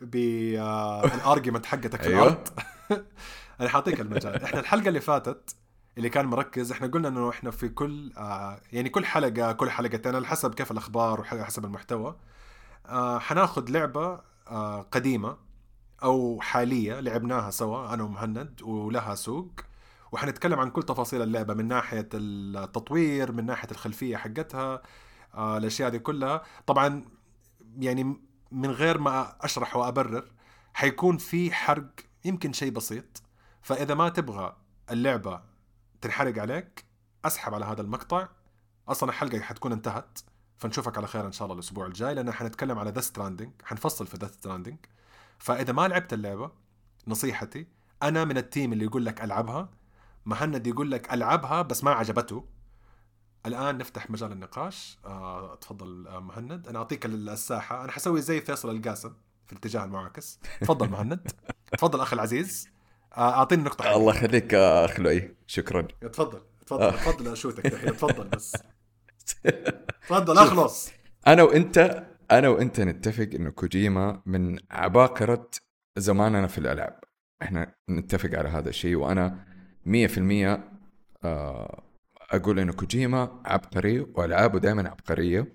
Speaker 2: بالارجيومنت حقتك في الارض.
Speaker 1: ايوه
Speaker 2: انا حاعطيك المجال. احنا الحلقه اللي فاتت اللي كان مركز، احنا قلنا انه احنا في كل يعني كل حلقه كل حلقتين على حسب كيف الاخبار وحسب المحتوى حناخذ لعبه قديمه او حاليه لعبناها سوا انا ومهند ولها سوق، وحنتكلم عن كل تفاصيل اللعبه من ناحيه التطوير، من ناحيه الخلفيه حقتها، الاشياء دي كلها طبعا. يعني من غير ما اشرح وابرر حيكون في حرق يمكن شيء بسيط، فاذا ما تبغى اللعبه تنحرق عليك اسحب على هذا المقطع. اصلا الحلقه حتكون انتهت، فنشوفك على خير ان شاء الله الاسبوع الجاي، لان حنتكلم على ذا ستراندنج، حنفصل في ذا ستراندنج. فاذا ما لعبت اللعبه نصيحتي، انا من التيم اللي يقول لك العبها، مهند يقول لك العبها بس ما عجبته. الان نفتح مجال النقاش. تفضل مهند، انا اعطيك الساحه، انا حسوي زي فيصل القاسم في الاتجاه المعاكس. تفضل مهند، تفضل اخي العزيز، اعطيني النقطه
Speaker 1: الله
Speaker 2: حقتك.
Speaker 1: يخليك اخ لؤي، شكرا.
Speaker 2: تفضل
Speaker 1: آه.
Speaker 2: تفضل اشوتك دحين، تفضل بس تفضل
Speaker 1: شوف،
Speaker 2: اخلص.
Speaker 1: انا وانت نتفق انه كوجيما من عباقرة زماننا في الالعاب، احنا نتفق على هذا الشيء، وانا 100% اقول انه كوجيما عبقري والعابه دائما عبقرية.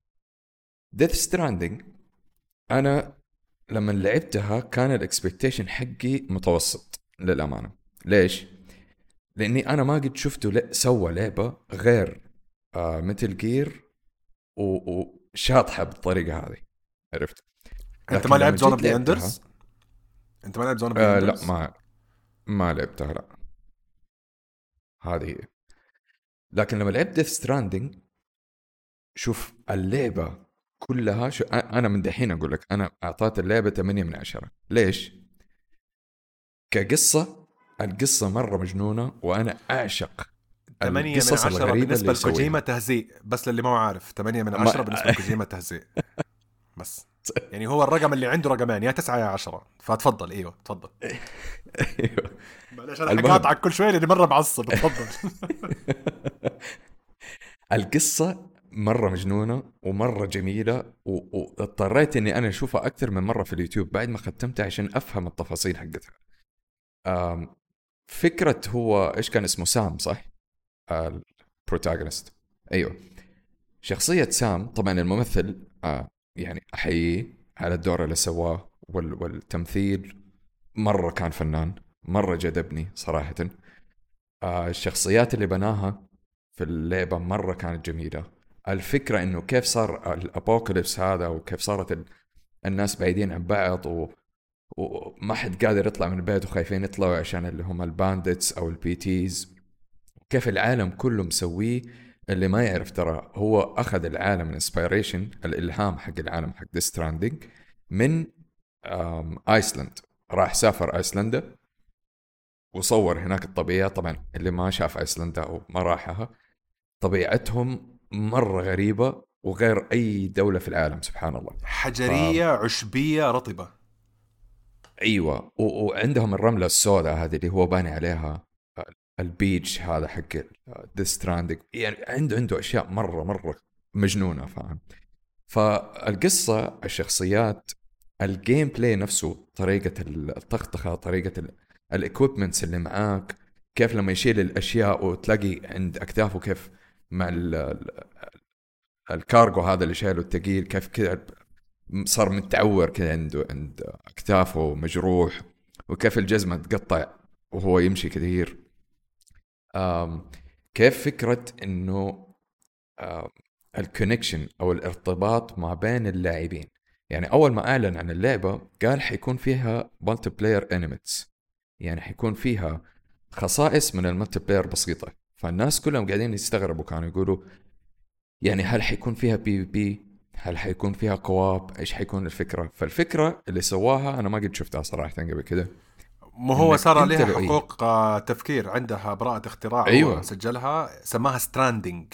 Speaker 1: ديث ستراندنج انا لما لعبتها كان الاكسبكتيشن حقي متوسط للامانة. ليش؟ لاني انا ما قد شفته سوى لعبة غير متل جير وشاطحة بالطريقة هذه، عرفت؟
Speaker 2: انت ما
Speaker 1: لكن لما
Speaker 2: لعبت زون اوف
Speaker 1: جيت
Speaker 2: ذا
Speaker 1: لعبتها
Speaker 2: اندرز؟ انت ما لعبت زون اوف ذا
Speaker 1: لا،
Speaker 2: اندرز؟
Speaker 1: ما لعبتها لا، هذه هي. لكن لما لعبت ديث ستراندنج، شوف اللعبة كلها أنا من دحين أقول لك أنا أعطيت اللعبة 8/10. ليش؟ كقصة، القصة مرة مجنونة، وأنا أعشق
Speaker 2: 8 من
Speaker 1: القصص
Speaker 2: 10
Speaker 1: الغريبة اللي
Speaker 2: بالنسبة لكوجيما
Speaker 1: يسويها.
Speaker 2: تهزيء، بس للي ما هو عارف 8 من 10
Speaker 1: ما...
Speaker 2: بالنسبة لكوجيما تهزيء بس. يعني هو الرقم اللي عنده رقمين، يا 9 يا 10، فتفضل. ايوه تفضل.
Speaker 1: أيوه.
Speaker 2: معلش انا
Speaker 1: المهم
Speaker 2: حقاطعك كل شوي لاني مرة معصب، تفضل.
Speaker 1: القصة مرة مجنونة ومرة جميلة، واضطريت اني انا اشوفها اكثر من مرة في اليوتيوب بعد ما ختمتها عشان افهم التفاصيل حقتها. فكرة هو ايش كان اسمه، سام صح؟ البروتاغونست. ايوه، شخصية سام طبعا الممثل يعني احييه على الدور اللي سواه والتمثيل، مرة كان فنان، مرة جذبني صراحة. الشخصيات اللي بناها في اللعبة مرة كانت جميلة. الفكرة انه كيف صار الابوكاليبس هذا، وكيف صارت الناس بعيدين عن بعض وما حد قادر يطلع من البيت وخايفين يطلعوا عشان اللي هم الباندتس او البي تيز. كيف العالم كله مسويه، اللي ما يعرف ترى هو اخذ العالم الانسبيريشن، الالهام حق العالم حق ديث ستراندنج من ايسلند. راح سافر ايسلندا وصور هناك الطبيعة. طبعا اللي ما شاف ايسلندا او ما راحها، طبيعتهم مرة غريبة وغير أي دولة في العالم، سبحان الله.
Speaker 2: حجرية عشبية رطبة.
Speaker 1: أيوة، وعندهم الرملة السوداء هذه اللي هو باني عليها البيتش هذا حق ديستراندك. يعني عنده أشياء مرة مجنونة، فاهم؟ فالقصة، الشخصيات، الجيم بلاي نفسه، طريقة الطخطخة، طريقة الإكويبمنتس اللي معاك، كيف لما يشيل الأشياء وتلاقي عند أكتافه كيف مع الكارغو هذا اللي شايله الثقيل، كيف كذا صار متعور كذا عند أكتافه مجروح، وكيف الجزمة تقطع وهو يمشي كثير. كيف فكرة إنه الكونكشن أو الارتباط ما بين اللاعبين. يعني أول ما أعلن عن اللعبة قال حيكون فيها مالتي بلاير انيميتس، يعني حيكون فيها خصائص من المالتي بلاير بسيطة. فالناس كلهم قاعدين يستغربوا، كانوا يقولوا يعني هل حيكون فيها بي بي، هل حيكون فيها كواب، ايش حيكون الفكرة؟ فالفكرة اللي سواها انا ما قد شفتها صراحة قبل كده،
Speaker 2: مو هو
Speaker 1: انك
Speaker 2: صار
Speaker 1: انت
Speaker 2: عليها
Speaker 1: لو اي.
Speaker 2: حقوق تفكير، عندها براءة اختراع، هو
Speaker 1: ايوه
Speaker 2: سجلها، سماها ستراندنج.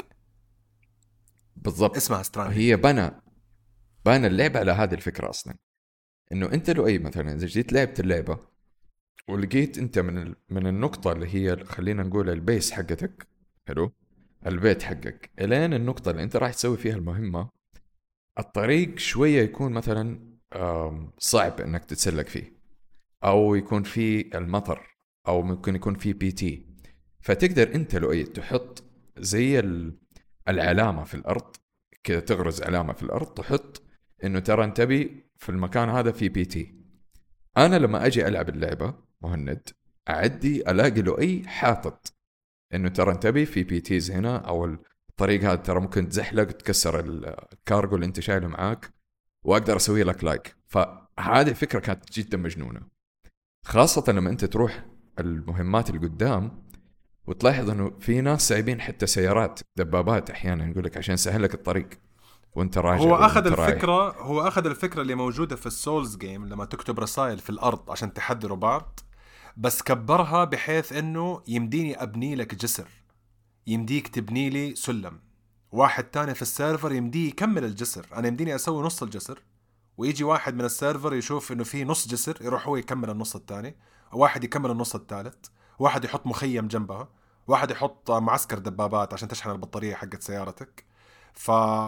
Speaker 1: بالضبط.
Speaker 2: اسمها ستراندنج.
Speaker 1: هي بنى اللعبة على هذه الفكرة اصلا، انه انت لو اي مثلا اذا جيت لعبت اللعبة ولقيت انت من النقطة اللي هي خلينا نقول البيس حقتك، حلو، البيت حقك الين النقطة اللي انت راح تسوي فيها المهمة، الطريق شوية يكون مثلا صعب انك تتسلق فيه، او يكون فيه المطر، او ممكن يكون فيه بي تي. فتقدر انت لو اي تحط زي العلامة في الارض كذا، تغرز علامة في الارض تحط انه ترى انتبه في المكان هذا في بي تي. انا لما اجي العب اللعبة مهند اعدي الاقي له اي حاطط انه ترى انتبه في بي تيز هنا، او الطريق هذا ترى ممكن تزحلق وتكسر الكارغو اللي انت شايله معاك، واقدر اسوي لك لايك. فهذه الفكره كانت جدا مجنونه، خاصه لما انت تروح المهمات اللي قدام وتلاحظ انه في ناس سايبين حتى سيارات دبابات احيانا، يقول لك عشان يسهل لك الطريق وانت راجع
Speaker 2: هو
Speaker 1: ولا
Speaker 2: اخذ
Speaker 1: انت رايح.
Speaker 2: الفكرة هو اخذ الفكرة اللي موجودة في السولز جيم، لما تكتب رسائل في الارض عشان تحذروا بعض، بس كبرها بحيث انه يمديني ابني لك جسر، يمديك تبني لي سلم، واحد تاني في السيرفر يمديه يكمل الجسر، انا يمديني اسوي نص الجسر، ويجي واحد من السيرفر يشوف انه في نص جسر، يروح هو يكمل النص الثاني، واحد يكمل النص الثالث، واحد يحط مخيم جنبها، واحد يحط معسكر دبابات عشان تشحن البطارية حقت سيارتك. ف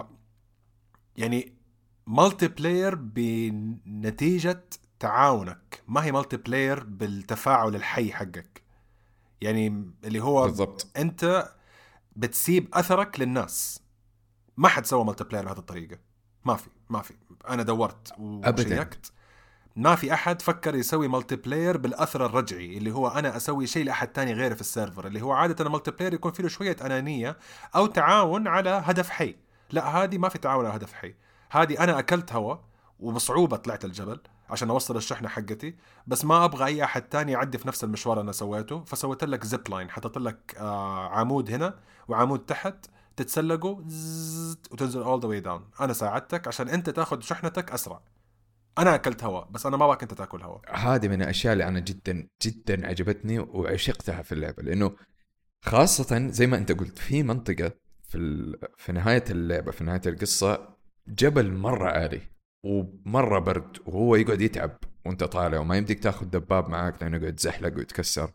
Speaker 2: يعني مالتي بلاير بنتيجة تعاونك، ما هي مالتي بلاير بالتفاعل الحي حقك. يعني اللي هو
Speaker 1: بالضبط.
Speaker 2: انت بتسيب اثرك للناس. ما حد سوى مالتي بلاير بهذه الطريقة، ما في انا دورت
Speaker 1: ابدا.
Speaker 2: وشيكت، ما في احد فكر يسوي مالتي بلاير بالاثر الرجعي، اللي هو انا اسوي شيء لاحد تاني غيري في السيرفر، اللي هو عادة المالتي بلاير يكون فيه شوية انانية او تعاون على هدف حي. لا، هذه ما في تعاون على هدف حي، هذه انا اكلت هوا وبصعوبة طلعت الجبل عشان اوصل الشحنة حقتي، بس ما ابغى اي احد تاني يعدي في نفس المشوار انا سويته، فسويت لك زيب لاين، حطيت لك عمود هنا وعمود تحت، تتسلقوا وتنزل all the way down. انا ساعدتك عشان انت تاخذ شحنتك اسرع. انا اكلت هواء بس انا ما باك انت تاكل هواء.
Speaker 1: هذه من الاشياء اللي انا جدا جدا عجبتني وعشقتها في اللعبه، لانه خاصة زي ما انت قلت في منطقة في نهاية اللعبة، في نهاية القصة، جبل مرة عالي ومرة برد، وهو يقعد يتعب وانت طالع، وما يمديك تاخذ دباب معاك لانه يقعد يزحلق ويتكسر.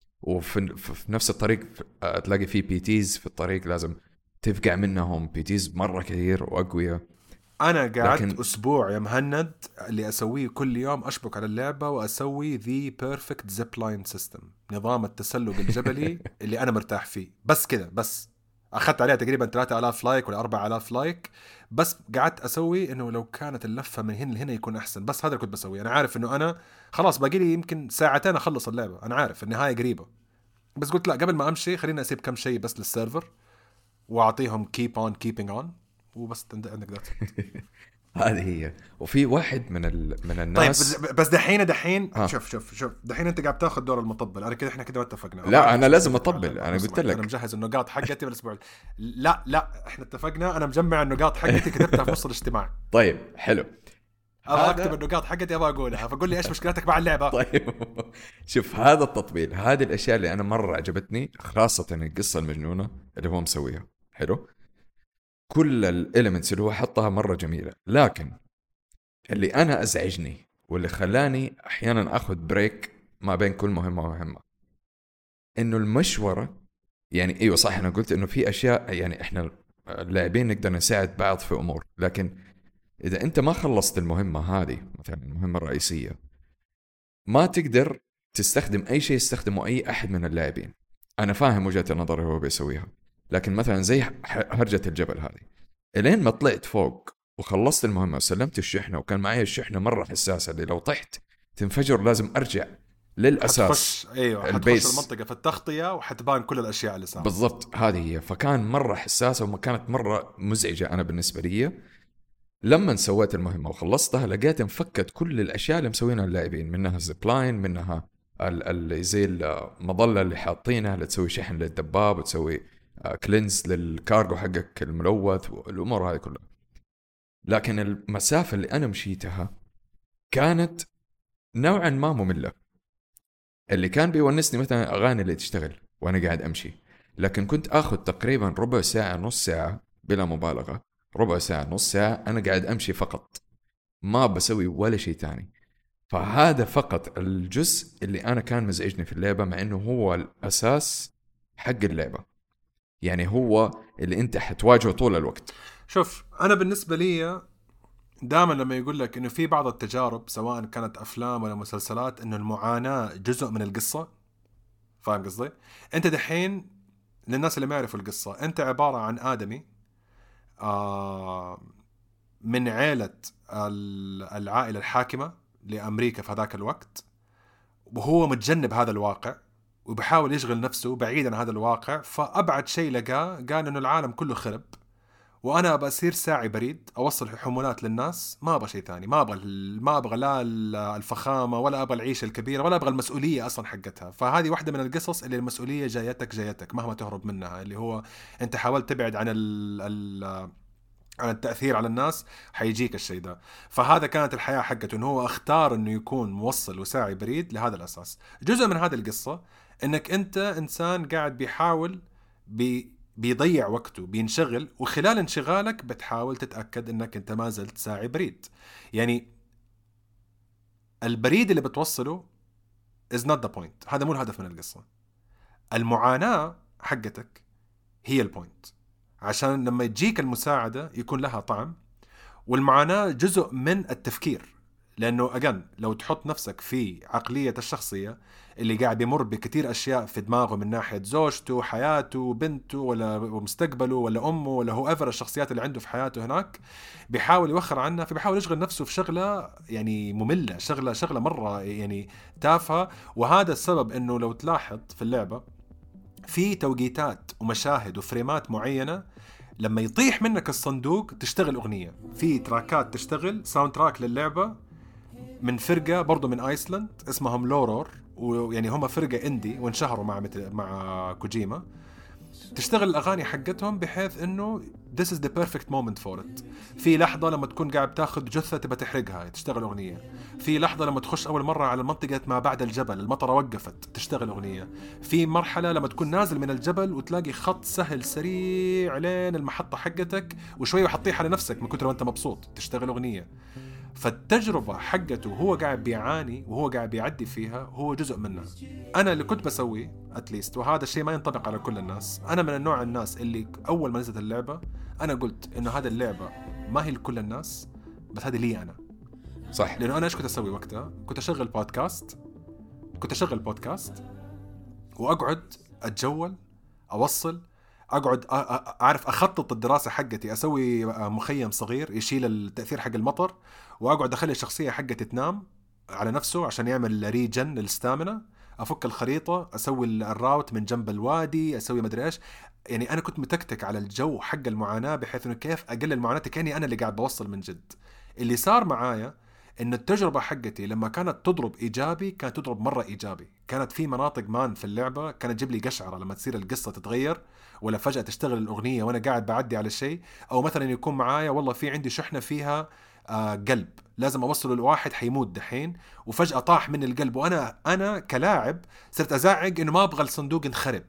Speaker 1: وفي نفس الطريق تلاقي فيه بي تيز في الطريق، لازم تفقع منهم بي تيز مرة كثير وأقوياء.
Speaker 2: انا قعدت
Speaker 1: لكن
Speaker 2: اسبوع يا مهند اللي اسويه كل يوم اشبك على اللعبة واسوي ذي بيرفكت زيب لاين سيستم، نظام التسلق الجبلي اللي انا مرتاح فيه. بس كذا، بس اخذت عليها تقريبا 3000 لايك ولا 4000 لايك، بس قعدت اسوي انه لو كانت اللفة من هنا لهنا يكون احسن. بس هذا اللي كنت بسويه، انا عارف انه انا خلاص باقي لي يمكن ساعتين اخلص اللعبة، انا عارف النهاية قريبة، بس قلت لا، قبل ما امشي خليني اسيب كم شيء بس للسيرفر واعطيهم keep on keeping on، وبس عندك ذات.
Speaker 1: هذه هي. وفي واحد من
Speaker 2: طيب
Speaker 1: الناس.
Speaker 2: بس دحين
Speaker 1: ها.
Speaker 2: شوف دحين انت قاعد تاخذ دور المطبل. انا كده احنا كده ما اتفقنا.
Speaker 1: لا انا
Speaker 2: إيش
Speaker 1: لازم
Speaker 2: مشكلتك مع
Speaker 1: اطبل،
Speaker 2: اللعبة؟
Speaker 1: انا
Speaker 2: لو
Speaker 1: قلت
Speaker 2: سمحت، انا
Speaker 1: لك.
Speaker 2: مجهز النقاط حقتي بالاسبوع لا احنا اتفقنا، انا مجمع النقاط حقتي كتبتها في نص الاجتماع.
Speaker 1: طيب حلو.
Speaker 2: ابغى اكتب
Speaker 1: هذا
Speaker 2: النقاط حقتي، ابغى اقولها، فقول لي ايش مشكلتك مع اللعبه.
Speaker 1: طيب. شوف هذا التطبيل، هذه الاشياء اللي انا مره عجبتني، خاصه القصه المجنونه اللي هو مسويها حلو، كل الاليمنتس اللي هو حطها مره جميله. لكن اللي انا ازعجني واللي خلاني احيانا اخذ بريك ما بين كل مهمه ومهمه، انه المشوره. يعني ايوه صح، انا قلت انه في اشياء يعني احنا اللاعبين نقدر نساعد بعض في امور، لكن اذا انت ما خلصت المهمه هذه مثلا المهمه الرئيسيه، ما تقدر تستخدم اي شيء يستخدمه اي احد من اللاعبين. انا فاهم وجهة النظر اللي هو بيسويها، لكن مثلا زي هرجة الجبل هذه، الين ما طلعت فوق وخلصت المهمة وسلمت الشحنة، وكان معي الشحنة مرة حساسة اللي لو طحت تنفجر، لازم ارجع للاساس
Speaker 2: حتخش
Speaker 1: البيس.
Speaker 2: المنطقه في التغطيه وحتبان كل الاشياء اللي صارت
Speaker 1: بالضبط هذه هي. فكان مرة حساسة وما كانت مرة مزعجة انا بالنسبة لي. لما سويت المهمة وخلصتها لقيت انفكت كل الأشياء اللي مسوينها اللاعبين، منها الزبلاين، منها زي المظلة اللي حاطينها لتسوي شحن للدباب، وتسوي كلينز للكارغو حقك الملوث والأمور هذه كلها. لكن المسافة اللي أنا مشيتها كانت نوعا ما مملة. اللي كان بيونسني مثلا أغاني اللي تشتغل وأنا قاعد أمشي، لكن كنت أخذ تقريبا ربع ساعة نص ساعة بلا مبالغة، ربع ساعة نص ساعة أنا قاعد أمشي فقط، ما بسوي ولا شيء تاني. فهذا فقط الجزء اللي أنا كان مزعجني في اللعبة، مع إنه هو الأساس حق اللعبة، يعني هو اللي أنت حتواجهه طول الوقت.
Speaker 2: شوف أنا بالنسبة لي دائما لما يقول لك إنه في بعض التجارب سواء كانت أفلام ولا مسلسلات إنه المعاناة جزء من القصة، فاهم قصدي؟ أنت دحين للناس اللي ما يعرفوا القصة، أنت عبارة عن آدمي من عائلة العائلة الحاكمة لأمريكا في هذاك الوقت، وهو متجنب هذا الواقع وبحاول يشغل نفسه بعيد عن هذا الواقع. فأبعد شيء لقاه قال إنه العالم كله خرب، وأنا بصير ساعي بريد أوصل حمولات للناس، ما أبغى شيء ثاني، ما أبغى لا الفخامة ولا أبغى العيشة الكبيرة ولا أبغى المسؤولية أصلا حقتها. فهذه واحدة من القصص اللي المسؤولية جايتك مهما تهرب منها، اللي هو أنت حاولت تبعد عن عن التأثير على الناس حيجيك الشيء ده. فهذا كانت الحياة حقته، إنه هو اختار إنه يكون موصل وساعي بريد لهذا الأساس. جزء من هذه القصة إنك أنت إنسان قاعد بيحاول بيضيع وقته، بينشغل، وخلال انشغالك بتحاول تتأكد إنك أنت ما زلت ساعي بريد. يعني البريد اللي بتوصله is not the point، هذا مو الهدف من القصة. المعاناة حقتك هي البوينت، عشان لما يجيك المساعدة يكون لها طعم. والمعاناة جزء من التفكير، لأنه أجن لو تحط نفسك في عقلية الشخصية اللي قاعد بيمر بكتير أشياء في دماغه من ناحية زوجته، حياته، بنته، ولا مستقبله، ولا أمه، ولا هو أفر الشخصيات اللي عنده في حياته هناك، بيحاول يوخر عنها، فبيحاول يشغل نفسه في شغلة يعني مملة، شغلة مرة يعني تافهة. وهذا السبب إنه لو تلاحظ في اللعبة في توقيتات ومشاهد وفريمات معينة لما يطيح منك الصندوق تشتغل أغنية، في تراكات تشتغل ساوند تراك للعبة من فرقة برضو من آيسلند اسمهم لورور، ويعني هم فرقة اندي وانشهروا مع كوجيما. تشتغل الأغاني حقتهم بحيث إنه this is the perfect moment for it. في لحظة لما تكون قاعد تاخذ جثة تبى تحرقها تشتغل أغنية، في لحظة لما تخش أول مرة على منطقة ما بعد الجبل المطرة وقفت تشتغل أغنية، في مرحلة لما تكون نازل من الجبل وتلاقي خط سهل سريع لين المحطة حقتك وشوية وحطيح على نفسك من كتر ما أنت مبسوط تشتغل أغنية. فالتجربة حقته هو قاعد بيعاني وهو قاعد بيعدي فيها هو جزء منها. أنا اللي كنت بسويه أتليست، وهذا الشيء ما ينطبق على كل الناس، أنا من النوع الناس اللي أول ما نزلت اللعبة أنا قلت إنه هذا اللعبة ما هي لكل الناس، بس هذه لي أنا.
Speaker 1: صح.
Speaker 2: لأنه أنا إيش كنت أسوي وقتها؟ كنت أشغل بودكاست وأقعد أتجول، أوصل، أقعد أعرف أخطط الدراسة حقتي، أسوي مخيم صغير يشيل التأثير حق المطر، وأقعد أخلي الشخصية حقتي تنام على نفسه عشان يعمل ريجن للستامنا، أفك الخريطة، أسوي الراوت من جنب الوادي، أسوي مدري إيش. يعني أنا كنت متكتك على الجو حق المعاناة بحيث إنه كيف أقلل المعاناة، كأني أنا اللي قاعد بوصل من جد. اللي صار معايا إن التجربة حقتي لما كانت تضرب إيجابي كانت تضرب مرة إيجابي. كانت في مناطق مان في اللعبة كانت تجيب لي قشعرة لما تصير القصة تتغير، ولا فجأة تشتغل الأغنية وأنا قاعد بعدي على الشيء، أو مثلا يكون معايا والله في عندي شحنة فيها قلب لازم أوصله لواحد حيموت دحين، وفجأة طاح من القلب، وأنا كلاعب صرت أزعق إنه ما أبغى الصندوق انخرب.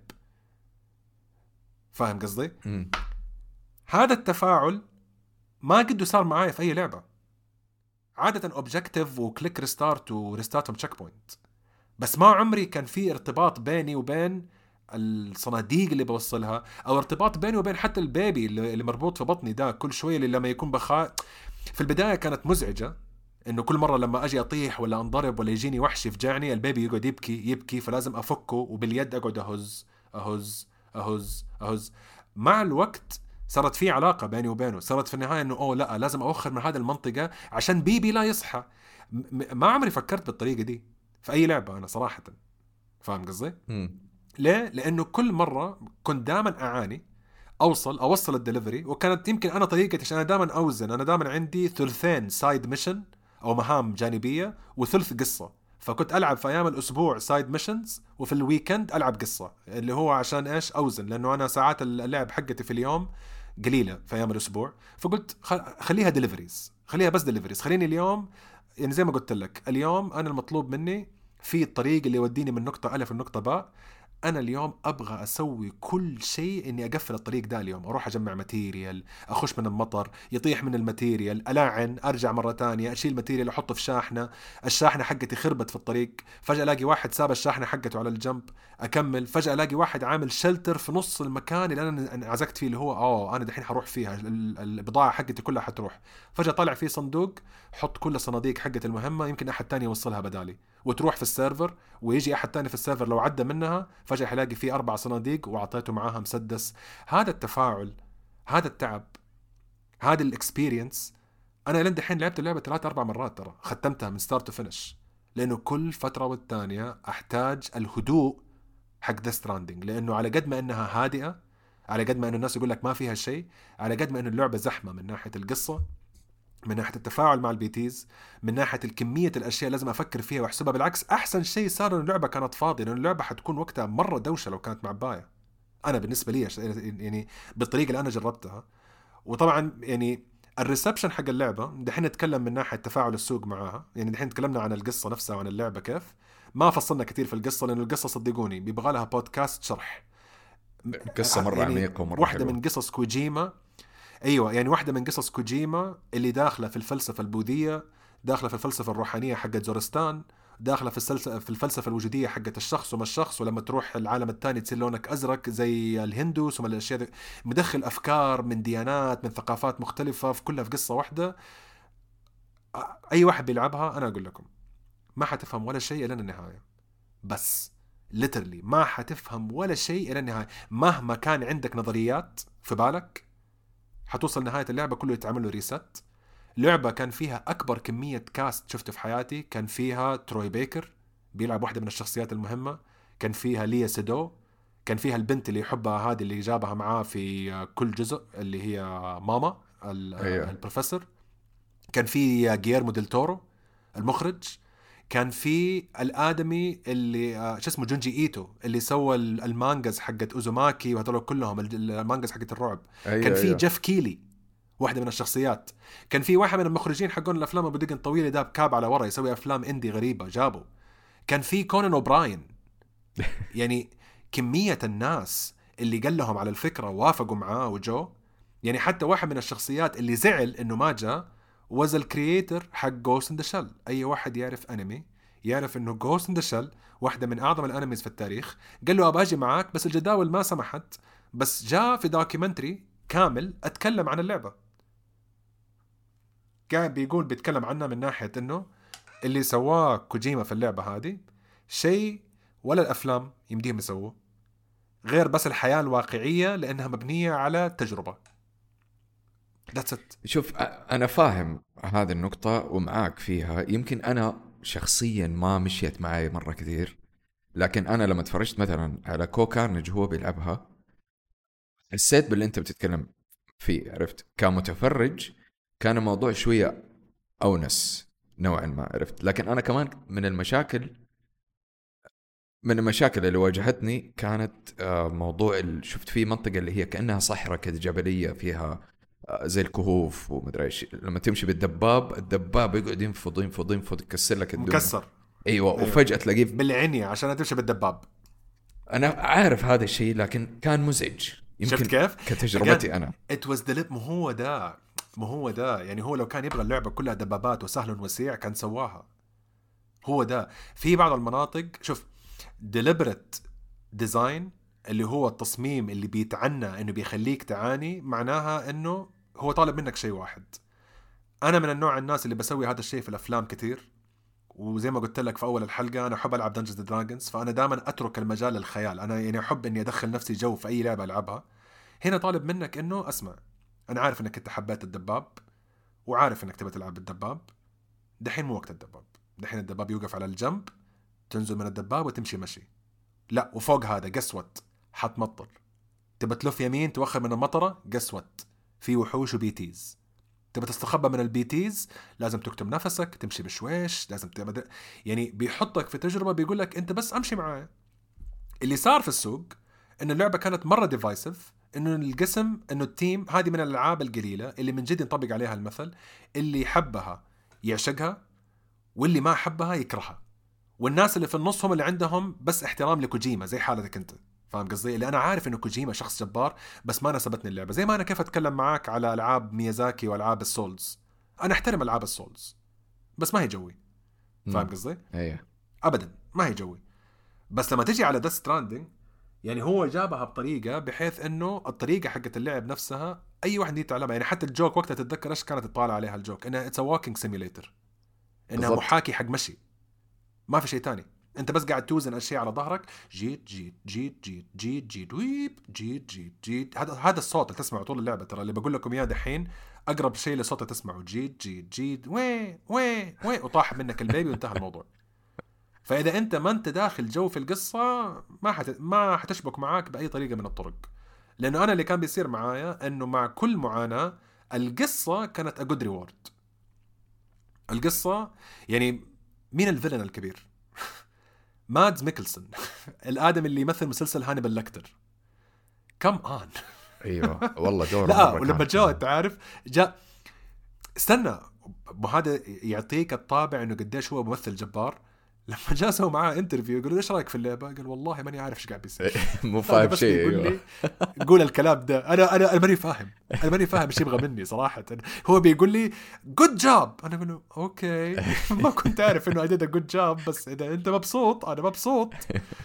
Speaker 2: فاهم قصدي؟ هذا التفاعل ما قد صار معايا في أي لعبة. عادة أوبجكتيف وكليك ريستارت وريستارت تشيك بوينت، بس ما عمري كان في ارتباط بيني وبين الصناديق اللي بوصلها، أو ارتباط بيني وبين حتى البيبي اللي مربوط في بطني ده كل شوية اللي لما يكون في البداية كانت مزعجة، إنه كل مرة لما أجي أطيح ولا أنضرب ولا يجيني وحش يفجعني البيبي يقعد يبكي فلازم أفكه وباليد أقعد أهز. مع الوقت صارت في علاقة بيني وبينه، صارت في النهاية إنه لا لازم أوخر من هذه المنطقة عشان بيبي لا يصحى. ما عمري فكرت بالطريقة دي في أي لعبة أنا صراحة. فاهم قصدي؟ ليه؟ لأنه كل مرة كنت دائما أعاني أوصل الدليفري، وكانت يمكن أنا طريقتي عشان أنا دائما أوزن، أنا دائما عندي ثلثين سايد ميشن أو مهام جانبية وثلث قصة. فكنت العب في ايام الاسبوع سايد ميشنز، وفي الويكند العب قصه، اللي هو عشان ايش اوزن، لانه انا ساعات اللعب حقتي في اليوم قليله في ايام الاسبوع. فقلت خليها ديليفريز، خليها بس ديليفريز، خليني اليوم يعني زي ما قلت لك اليوم انا المطلوب مني في الطريق اللي يوديني من نقطه الف لنقطه باء. انا اليوم ابغى اسوي كل شيء اني اقفل الطريق ده اليوم، اروح اجمع ماتيريال، اخش من المطر، يطيح من الماتيريال، العن، ارجع مره تانية، اشيل ماتيريال احطه في شاحنه، الشاحنه حقتي خربت في الطريق، فجاه الاقي واحد ساب الشاحنه حقته على الجنب، اكمل، فجاه الاقي واحد عامل شلتر في نص المكان اللي انا انعزقت فيه، اللي هو انا دحين حروح فيها، البضاعه حقتي كلها حتروح. فجاه طلع فيه صندوق، حط كل الصناديق حقت المهمه، يمكن احد تاني يوصلها بدالي، وتروح في السيرفر، ويجي احد تاني في السيرفر لو عدى منها فجأة حلاقي فيه 4 صناديق وعطيته معاها مسدس. هذا التفاعل، هذا التعب، هذا الاكسبيرينس. انا لين دحين لعبت اللعبة 3-4 مرات، ترى ختمتها من ستارت تو فينش، لانه كل فترة والتانية احتاج الهدوء حق ذا ستراندنج، لانه على قد ما انها هادئة، على قد ما انه الناس يقول لك ما فيها شيء، على قد ما انه اللعبة زحمة من ناحية القصة، من ناحيه التفاعل مع البيتيز، من ناحيه الكميه الاشياء لازم افكر فيها واحسبها. بالعكس احسن شيء صار ان اللعبه كانت فاضيه، لان اللعبه حتكون وقتها مره دوشه لو كانت معبايه. انا بالنسبه لي يعني بالطريقه اللي انا جربتها. وطبعا يعني الريسبشن حق اللعبه دحين نتكلم من ناحيه تفاعل السوق معاها، يعني دحين تكلمنا عن القصه نفسها وعن اللعبه كيف، ما فصلنا كثير في القصه، لانه القصه صدقوني بيبغى لها بودكاست شرح.
Speaker 1: قصة مرة
Speaker 2: يعني
Speaker 1: عميقة ومرة
Speaker 2: واحده
Speaker 1: حلوة.
Speaker 2: من قصص كوجيما، ايوه يعني واحده من قصص كوجيما اللي داخله في الفلسفه البوذيه، داخله في الفلسفه الروحانيه حقت زورستان، داخله في الفلسفه الوجوديه حقت الشخص وما الشخص، ولما تروح العالم الثاني تصير لونك ازرق زي الهندوس وما الاشياء دي. مدخل افكار من ديانات من ثقافات مختلفه في كلها في قصه واحده. اي واحد بيلعبها انا اقول لكم ما حتفهم ولا شيء الى النهايه، بس literally ما حتفهم ولا شيء الى النهايه. مهما كان عندك نظريات في بالك حتوصل نهاية اللعبة كله يتعمل له ريست. لعبة كان فيها أكبر كمية كاست شفته في حياتي، كان فيها تروي بيكر بيلعب واحدة من الشخصيات المهمة، كان فيها ليا سيدو، كان فيها البنت اللي يحبها هذه اللي جابها معاه في كل جزء اللي هي ماما
Speaker 1: ايوه
Speaker 2: البروفيسور، كان في جيرمو ديل تورو المخرج، كان في الادمي اللي شو اسمه جونجي ايتو اللي سوى المانجاز حقت اوزوماكي وهذول كلهم المانجاز حقت الرعب، كان
Speaker 1: ايوه
Speaker 2: في
Speaker 1: ايوه.
Speaker 2: جيف كيلي واحدة من الشخصيات، كان في واحد من المخرجين حقون الافلام ابو دقن طويل داب كاب على ورا يسوي افلام اندي غريبه جابه، كان في كونان اوبراين. يعني كميه الناس اللي قال لهم على الفكره ووافقوا معاه وجو. يعني حتى واحد من الشخصيات اللي زعل انه ما جاء was الكرييتر حق جوست ان ذا شل. اي واحد يعرف انمي يعرف انه جوست ان ذا شل واحده من اعظم الانميز في التاريخ. قال له ابى اجي معاك بس الجداول ما سمحت، بس جاء في دوكيومنتري كامل اتكلم عن اللعبه، قاعد بيقول بيتكلم عنها من ناحيه انه اللي سواه كوجيما في اللعبه هذه شيء ولا الافلام يمديهم يسووه، غير بس الحياه الواقعيه لانها مبنيه على تجربه. That's it.
Speaker 1: شوف انا فاهم هذه النقطة ومعاك فيها، يمكن انا شخصيا ما مشيت معي مرة كثير، لكن انا لما تفرجت مثلا على كو كارنج هو بيلعبها حسيت باللي انت بتتكلم فيه، عرفت؟ كمتفرج كان الموضوع شوية أونس نوعا ما، عرفت؟ لكن أنا كمان من المشاكل اللي واجهتني كانت موضوع شفت فيه منطقة اللي هي كأنها صحراء كده جبلية فيها زي الكهوف ومدري ايش، لما تمشي بالدباب الدباب يقعد ينفض يكسر لك الدنيا.
Speaker 2: مكسر.
Speaker 1: ايوه
Speaker 2: ايوه
Speaker 1: وفجأة تلاقيه
Speaker 2: بالعنية عشان تمشي بالدباب.
Speaker 1: انا عارف هذا الشيء لكن كان مزعج
Speaker 2: شفت
Speaker 1: يمكن
Speaker 2: كيف
Speaker 1: كتجربتي انا.
Speaker 2: it was the ما هو ده يعني هو لو كان يبغى اللعبة كلها دبابات وسهل وسيع كان سواها. هو ده في بعض المناطق شوف deliberate design اللي هو التصميم اللي بيتعنى انه بيخليك تعاني، معناها انه هو طالب منك شيء واحد. انا من النوع الناس اللي بسوي هذا الشيء في الافلام كتير، وزي ما قلت لك في اول الحلقه انا احب العب دنجنز دراجونز، فانا دائما اترك المجال للخيال، انا يعني احب اني ادخل نفسي جو في اي لعبه العبها. هنا طالب منك انه اسمع، انا عارف انك انت حبيت الدباب وعارف انك تبي تلعب بالدباب، دحين مو وقت الدباب، دحين الدباب يوقف على الجنب، تنزل من الدباب وتمشي مشي. لا وفوق هذا قسوت حتمطر، تبى تلف يمين توخر من المطره قسوت في وحوش وبيتيز. تبى تستخبى من الBTs لازم تكتم نفسك، تمشي بشويش، لازم يعني بيحطك في تجربة، بيقول لك انت بس امشي معايا. اللي صار في السوق ان اللعبة كانت مرة ديفايسيف، انه القسم، انه التيم هذه من الالعاب القليلة اللي من جد ينطبق عليها المثل، اللي حبها يعشقها واللي ما حبها يكرهها، والناس اللي في النص هم اللي عندهم بس احترام لكوجيما زي حالتك انت. فاهم قصدي؟ اللي انا عارف انه كوجيما شخص جبار، بس ما ناسبتني اللعبه. زي ما انا كيف اتكلم معاك على العاب ميازاكي والعاب السولز، انا احترم العاب السولز بس ما هي جوي. فاهم قصدي؟
Speaker 1: ايوه
Speaker 2: ابدا ما هي جوي. بس لما تجي على ديث ستراندنج، يعني هو جابها بطريقه بحيث انه الطريقه حقت اللعب نفسها اي واحد يتعلمها. يعني حتى الجوك وقتها تتذكر ايش كانت تطالع عليها الجوك، انها اتس ووكينج سيميليتر، انها
Speaker 1: بالضبط.
Speaker 2: محاكي حق مشي، ما في شيء تاني. انت بس قاعد توزن اشياء على ظهرك، جيت جيت جيت جيت جيت جيت ويب جيت جيت جيت. هذا الصوت اللي تسمعه طول اللعبه، ترى اللي بقول لكم اياه دحين اقرب شيء لصوت تسمعه، جيت جيت جيت وين وين وين، وطاح منك البيبي وانتهى الموضوع. فاذا انت ما انت داخل جو في القصه، ما حتشبك معاك باي طريقه من الطرق. لانه انا اللي كان بيصير معايا انه مع كل معاناه القصه كانت اجود ريورد. القصه يعني مين الفيلن الكبير؟ مادز ميكلسون الآدم اللي يمثل مسلسل هانيبال لكتر. كم آن.
Speaker 1: ايوه والله دوره
Speaker 2: لا
Speaker 1: مره
Speaker 2: ولما
Speaker 1: كان
Speaker 2: جاء انت عارف جاء، استنى، هذا يعطيك الطابع انه قديش هو ممثل جبار. لما جاء سووا معاه انترفيو يقولوا ايش رايك في اللعبه؟ قال والله ماني عارف ايش قاعد بيصير.
Speaker 1: مو
Speaker 2: هذا
Speaker 1: فاهم
Speaker 2: بس
Speaker 1: شيء.
Speaker 2: بيقول
Speaker 1: ايوه
Speaker 2: لي قول الكلام ده، انا ماني فاهم، انا ماني فاهم ايش يبغى مني صراحه. هو بيقول لي جود جوب، انا اقول له اوكي. ما كنت عارف انه اديت جود جوب، بس اذا انت مبسوط انا مبسوط.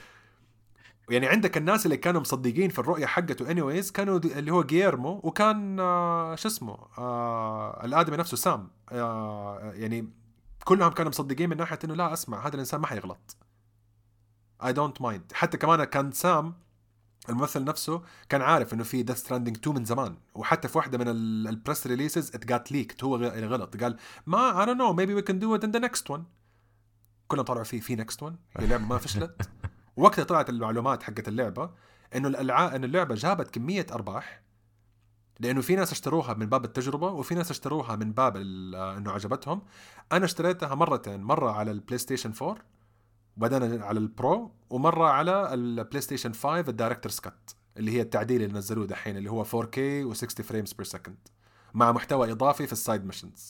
Speaker 2: يعني عندك الناس اللي كانوا مصدقين في الرؤية حقته anyways كانوا اللي هو جيرمو، وكان شو اسمه الآدمي نفسه سام، يعني كلهم كانوا مصدقين من ناحية انه لا اسمع هذا الانسان ما حيغلط. I don't mind. حتى كمان كان سام الممثل نفسه كان عارف انه في Death Stranding 2 من زمان، وحتى في واحدة من البريس ريليسز it got leaked، هو غلط قال ما I don't know maybe we can do it in the next one. كلهم طلعوا في next one، هي اللعبة ما فشلت. وقتها طلعت المعلومات حقت اللعبة انه ان اللعبة جابت كمية ارباح، لانه في ناس اشتروها من باب التجربة وفي ناس اشتروها من باب انه عجبتهم. انا اشتريتها مرتين، مرة على البلاي ستيشن 4 وبعدين على البرو، ومرة على البلاي ستيشن 5 الدايركتورز كات اللي هي التعديل اللي نزلوه دحين اللي هو 4K و60 فريمز بير سكند مع محتوى اضافي في السايد ميشنز.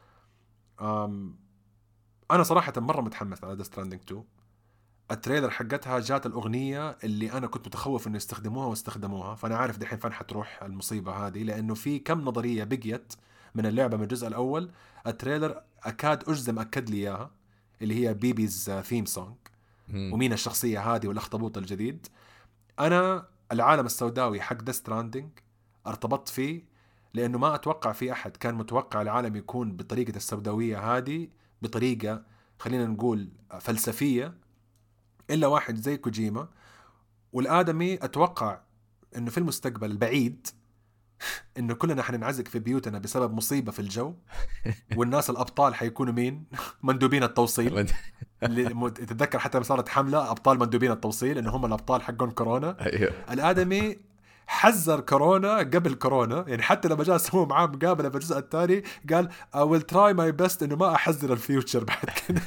Speaker 2: انا صراحة مرة متحمس على Death Stranding 2. التريلر حقتها جات الأغنية اللي أنا كنت متخوف إنه يستخدموها واستخدموها، فأنا عارف دحين فين حتروح المصيبة هذه، لأنه في كم نظرية بقيت من اللعبة من الجزء الأول. التريلر أكاد أجزم أكد لي إياها، اللي هي بيبيز ثيم سونج، ومين الشخصية هذه والأخطبوط الجديد. أنا العالم السوداوي حق Death Stranding ارتبطت فيه، لأنه ما أتوقع في أحد كان متوقع العالم يكون بطريقة السوداوية هذه، بطريقة خلينا نقول فلسفية، إلا واحد زي كوجيما. والآدمي أتوقع إنه في المستقبل البعيد إنه كلنا حننعزق في بيوتنا بسبب مصيبة في الجو، والناس الأبطال حيكونوا مين؟ مندوبين التوصيل. اللي تتذكر حتى صارت حملة أبطال مندوبين التوصيل إنه هم الأبطال حقون كورونا. الآدمي حذر كورونا قبل كورونا، يعني حتى لما جاء سووا معاه مقابلة في الجزء الثاني قال I will try my best إنه ما أحذر الفيوتشر بعد كده.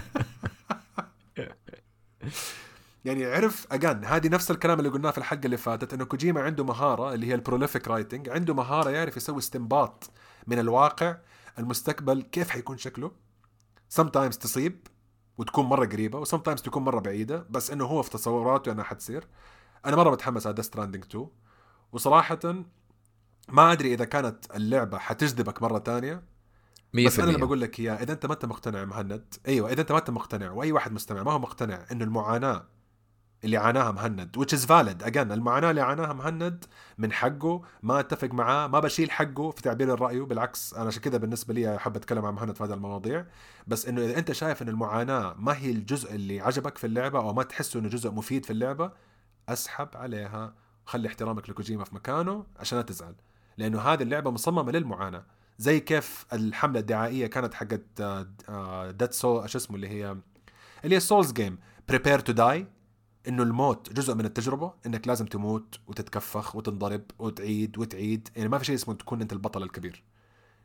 Speaker 2: يعني عرف أجان هذه نفس الكلام اللي قلناه في الحلقة اللي فاتت، إنه كوجيما عنده مهارة اللي هي البروليفيك رايتنج، عنده مهارة يعرف يسوي استنباط من الواقع المستقبل كيف حيكون شكله. sometimes تصيب وتكون مرة قريبة، و sometimes تكون مرة بعيدة، بس إنه هو في تصوراته أنها حتصير. أنا مرة متحمس على Death Stranding 2، وصراحة ما أدري إذا كانت اللعبة حتجذبك مرة تانية. بس أنا اللي بقول لك إياه، إذا أنت ما أنت مقتنع مهند، أيوة إذا أنت ما أنت مقتنع وأي واحد مستمع ما هو مقتنع إنه المعاناة اللي عاناها مهند which is valid again، المعاناة اللي عاناها مهند من حقه، ما اتفق معاه، ما بشيل حقه في تعبير الرأي، بالعكس أنا عشان كذا بالنسبة لي أحب أتكلم عن مهند في هذه المواضيع. بس إنه إذا أنت شايف إن المعاناة ما هي الجزء اللي عجبك في اللعبة أو ما تحسه إنه جزء مفيد في اللعبة، أسحب عليها، خلي احترامك لكوجيما في مكانه عشان لا تزعل، لأنه هذه اللعبة مصممة للمعاناة. زي كيف الحملة الدعائية كانت حقت ديد سول شو اسمه اللي هي سولز جيم prepare to die، انه الموت جزء من التجربة، انك لازم تموت وتتكفخ وتنضرب وتعيد وتعيد، يعني ما في شيء اسمه تكون انت البطل الكبير.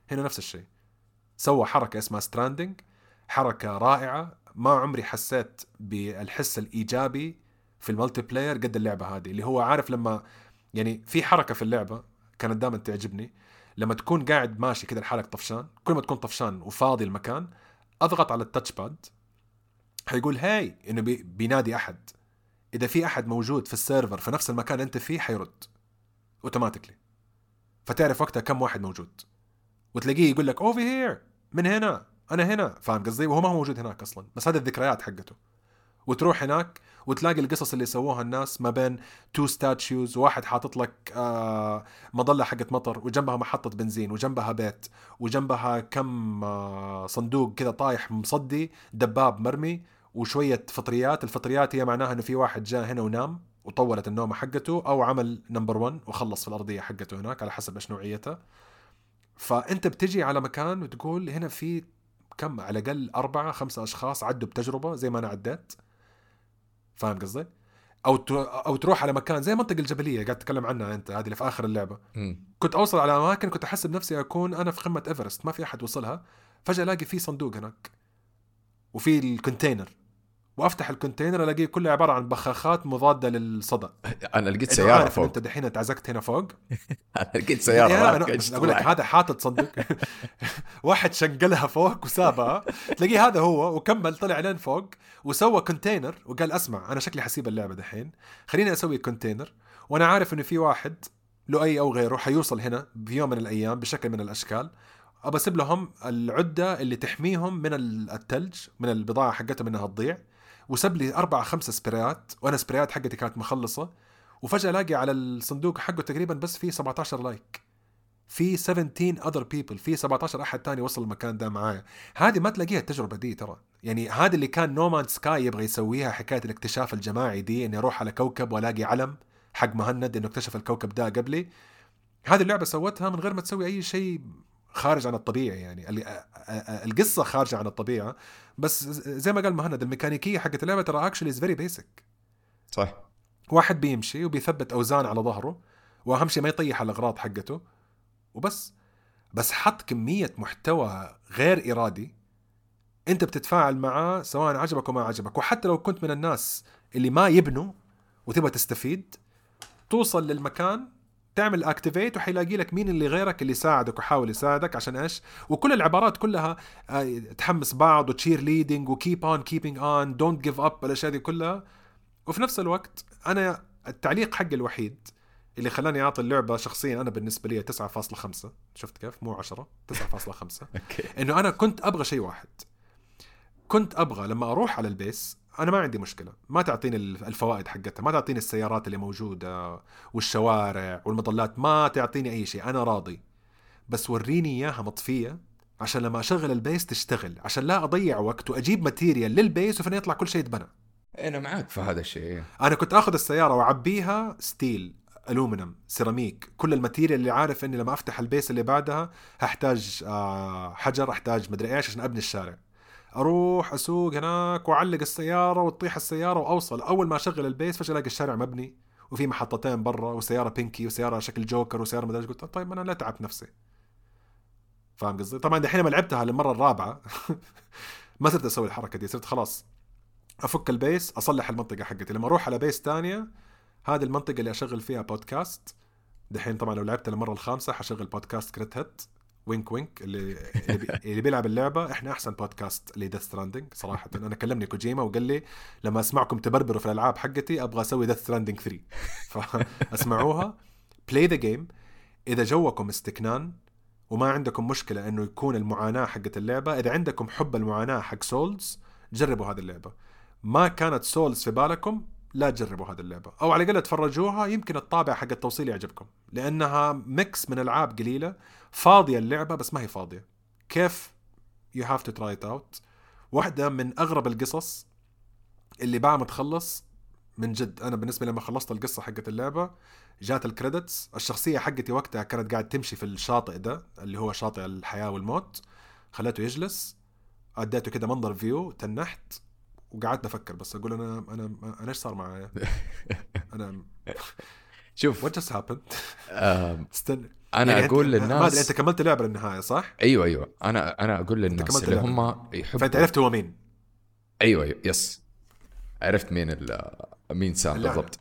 Speaker 2: هنا نفس الشيء، سوى حركة اسمها ستراندنج، حركة رائعة. ما عمري حسيت بالحس الإيجابي في المالتي بلاير قد اللعبة هذه. اللي هو عارف لما يعني في حركة في اللعبة كانت دائما تعجبني، لما تكون قاعد ماشي كده لحالك طفشان، كل ما تكون طفشان وفاضي المكان اضغط على التاتش باد، حيقول هاي انه بينادي احد. اذا في احد موجود في السيرفر في نفس المكان انت فيه حيرد اوتوماتيكلي، فتعرف وقتها كم واحد موجود، وتلاقيه يقول لك اوفي هير، من هنا انا هنا، فاهم قصدي؟ وهو ما هو موجود هناك اصلا، بس هذه الذكريات حقته. وتروح هناك وتلاقي القصص اللي سووها الناس ما بين تو ستاتشوز، واحد حاطط لك مظله حقت مطر، وجنبها محطه بنزين، وجنبها بيت، وجنبها كم صندوق كذا طايح مصدي، دباب مرمي، وشويه فطريات. الفطريات هي معناها انه في واحد جاء هنا ونام وطولت النومه حقته، او عمل نمبر 1 وخلص في الارضيه حقته هناك على حسب ايش نوعيتها. فانت بتجي على مكان وتقول هنا في كم على الاقل 4-5 اشخاص عدوا بتجربه زي ما انا عديت، فاهم قصدي؟ او تروح على مكان زي منطقه الجبليه قاعد تتكلم عنها انت، هذه اللي في اخر اللعبه. كنت اوصل على اماكن كنت احسب نفسي اكون انا في قمه ايفرست، ما في احد وصلها، فجاه الاقي في صندوق هناك وفي الكونتينر، وافتح الكونتينر الاقيه كله عباره عن بخاخات مضاده للصدى.
Speaker 1: انا لقيت سياره
Speaker 2: عارف
Speaker 1: فوق.
Speaker 2: انت دحين اتعزقت هنا فوق.
Speaker 1: انا لقيت سياره
Speaker 2: أنا بس اقول لك هذا حاطط صندوق واحد شنقلها فوق وسابها، تلاقيه هذا هو، وكمل طلع لين فوق وسوى كونتينر، وقال اسمع انا شكلي حسيب اللعبه دحين، خليني اسوي كونتينر، وانا عارف انه في واحد لؤي او غيره حيوصل هنا بيوم من الايام بشكل من الاشكال، ابى اسيب لهم العده اللي تحميهم من الثلج، من البضاعه حقتهم انها تضيع. وسب لي 4-5 سبرايات، وانا سبرايات حقتي كانت مخلصه، وفجاه الاقي على الصندوق حقه تقريبا بس في 17 لايك، في 17 other people، في 17 احد تاني وصل المكان ده معايا. هذه ما تلاقيها التجربه دي ترى، يعني هذا اللي كان نومان سكاي يبغى يسويها، حكايه الاكتشاف الجماعي دي، اني اروح على كوكب والاقي علم حق مهند انه اكتشف الكوكب ده قبلي. هذه اللعبه سوتها من غير ما تسوي اي شيء خارج عن الطبيعي، يعني القصه خارجه عن الطبيعه، بس زي ما قال مهند الميكانيكيه حقت اللعبه ترى اكشلي از فيري بيسك.
Speaker 1: صح،
Speaker 2: واحد بيمشي وبيثبت اوزان على ظهره، واهم شيء ما يطيح الاغراض حقته وبس. بس حط كميه محتوى غير ارادي انت بتتفاعل معاه سواء عجبك وما عجبك. وحتى لو كنت من الناس اللي ما يبنوا وتبغى تستفيد، توصل للمكان تعمل اكتيفيت وحيلاقي لك مين اللي غيرك اللي يساعدك وحاول يساعدك عشان ايش. وكل العبارات كلها تحمس بعض وتشير ليدنج وكيب اون كيبينج اون دونت جيف اب، الاشياء دي كلها. وفي نفس الوقت انا التعليق حقي الوحيد اللي خلاني اعطي اللعبه شخصيا انا بالنسبه لي 9.5، شفت كيف مو 10، 9.5 انه انا كنت ابغى شيء واحد، كنت ابغى لما اروح على البيس انا ما عندي مشكله ما تعطيني الفوائد حقتها، ما تعطيني السيارات اللي موجوده والشوارع والمظلات، ما تعطيني اي شيء، انا راضي، بس وريني اياها مطفيه عشان لما اشغل البيس تشتغل، عشان لا اضيع وقت واجيب ماتيريال للبيس وفي يطلع كل شيء يتبنى.
Speaker 1: انا معاك في هذا الشيء.
Speaker 2: انا كنت اخذ السياره واعبيها ستيل، الومنيوم، سيراميك، كل الماتيريال اللي عارف اني لما افتح البيس اللي بعدها هحتاج حجر، احتاج مدري ايش عشان ابني الشارع. اروح اسوق هناك واعلق السياره وتطيح السياره، واوصل اول ما اشغل البيس فجاه الاقي الشارع مبني وفي محطتين برا وسياره بينكي وسياره شكل جوكر وسياره مدري. قلت طيب انا لا تعبت نفسي، فاهم قصدي؟ طبعا دحين ما لعبتها للمره الرابعه ما صرت اسوي الحركه دي، صرت خلاص افك البيس اصلح المنطقه حقتي، لما اروح على بيس تانية هذه المنطقه اللي اشغل فيها بودكاست. دحين طبعا لو لعبت المره الخامسه حشغل بودكاست كريت هيت وينك وينك اللي بيلعب اللعبه. احنا احسن بودكاست لديث ستراندنج صراحه. انا كلمني كوجيما وقال لي لما اسمعكم تبربروا في الالعاب حقتي ابغى اسوي ديث ستراندنج 3 فاسمعوها بلاي ذا جيم. اذا جوكم استكنان وما عندكم مشكله انه يكون المعاناه حقت اللعبه، اذا عندكم حب المعاناه حق سولز جربوا هذه اللعبه. ما كانت سولز في بالكم لا تجربوا هذه اللعبة، أو على الأقل تفرجوها، يمكن الطابع حق التوصيل يعجبكم، لأنها ميكس من ألعاب قليلة فاضية اللعبة بس ما هي فاضية. كيف you have to try it out. واحدة من أغرب القصص اللي بعد ما تخلص من جد، أنا بالنسبة لما خلصت القصة حقت اللعبة جات الكريدتس، الشخصية حقتي وقتها كانت قاعد تمشي في الشاطئ ده اللي هو شاطئ الحياة والموت، خليته يجلس، أديته كده منظر فيو، تنحت وقعدت أفكر بس أقول أنا إيش صار معايا؟ أنا
Speaker 1: شوف
Speaker 2: what just happened استنى
Speaker 1: انا
Speaker 2: يعني
Speaker 1: اقول
Speaker 2: ما ادري
Speaker 1: للناس
Speaker 2: انت كملت اللعبه للنهايه صح؟
Speaker 1: ايوه انا اقول للناس
Speaker 2: كملت
Speaker 1: اللي
Speaker 2: اللعبة.
Speaker 1: هم يحبوا
Speaker 2: فانت عرفت هو مين؟
Speaker 1: ايوه يس عرفت مين سام
Speaker 2: اللعنة.
Speaker 1: بالضبط.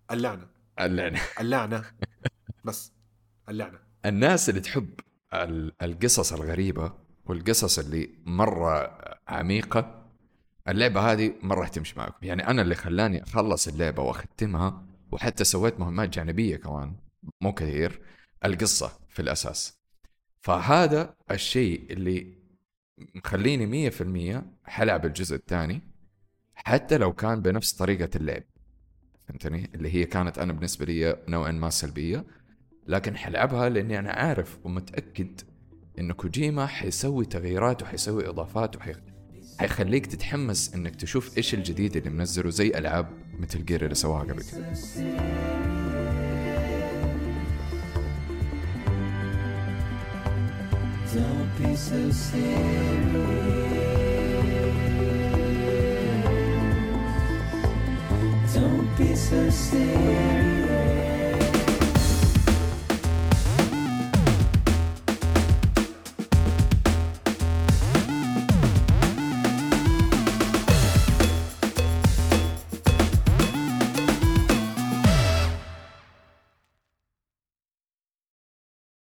Speaker 2: اللعنه بس اللعنه.
Speaker 1: الناس اللي تحب القصص الغريبة والقصص اللي مرة عميقة، اللعبة هذه مرة تمشي معكم. يعني أنا اللي خلاني أخلص اللعبة وأختمها وحتى سويت مهمات جانبية كمان مو كثير، القصة في الأساس. فهذا الشيء اللي مخليني 100% حلعب الجزء الثاني حتى لو كان بنفس طريقة اللعب، فهمتني؟ اللي هي كانت أنا بالنسبة لي نوعا ما سلبية، لكن حلعبها لأني أنا عارف ومتأكد إنه كوجيما حيسوي تغييرات وحيسوي إضافات حيخليك تتحمس إنك تشوف إيش الجديد اللي منزله، زي ألعاب مثل جير اللي سواها قبل كده.
Speaker 3: Don't be so serious. Don't be so serious.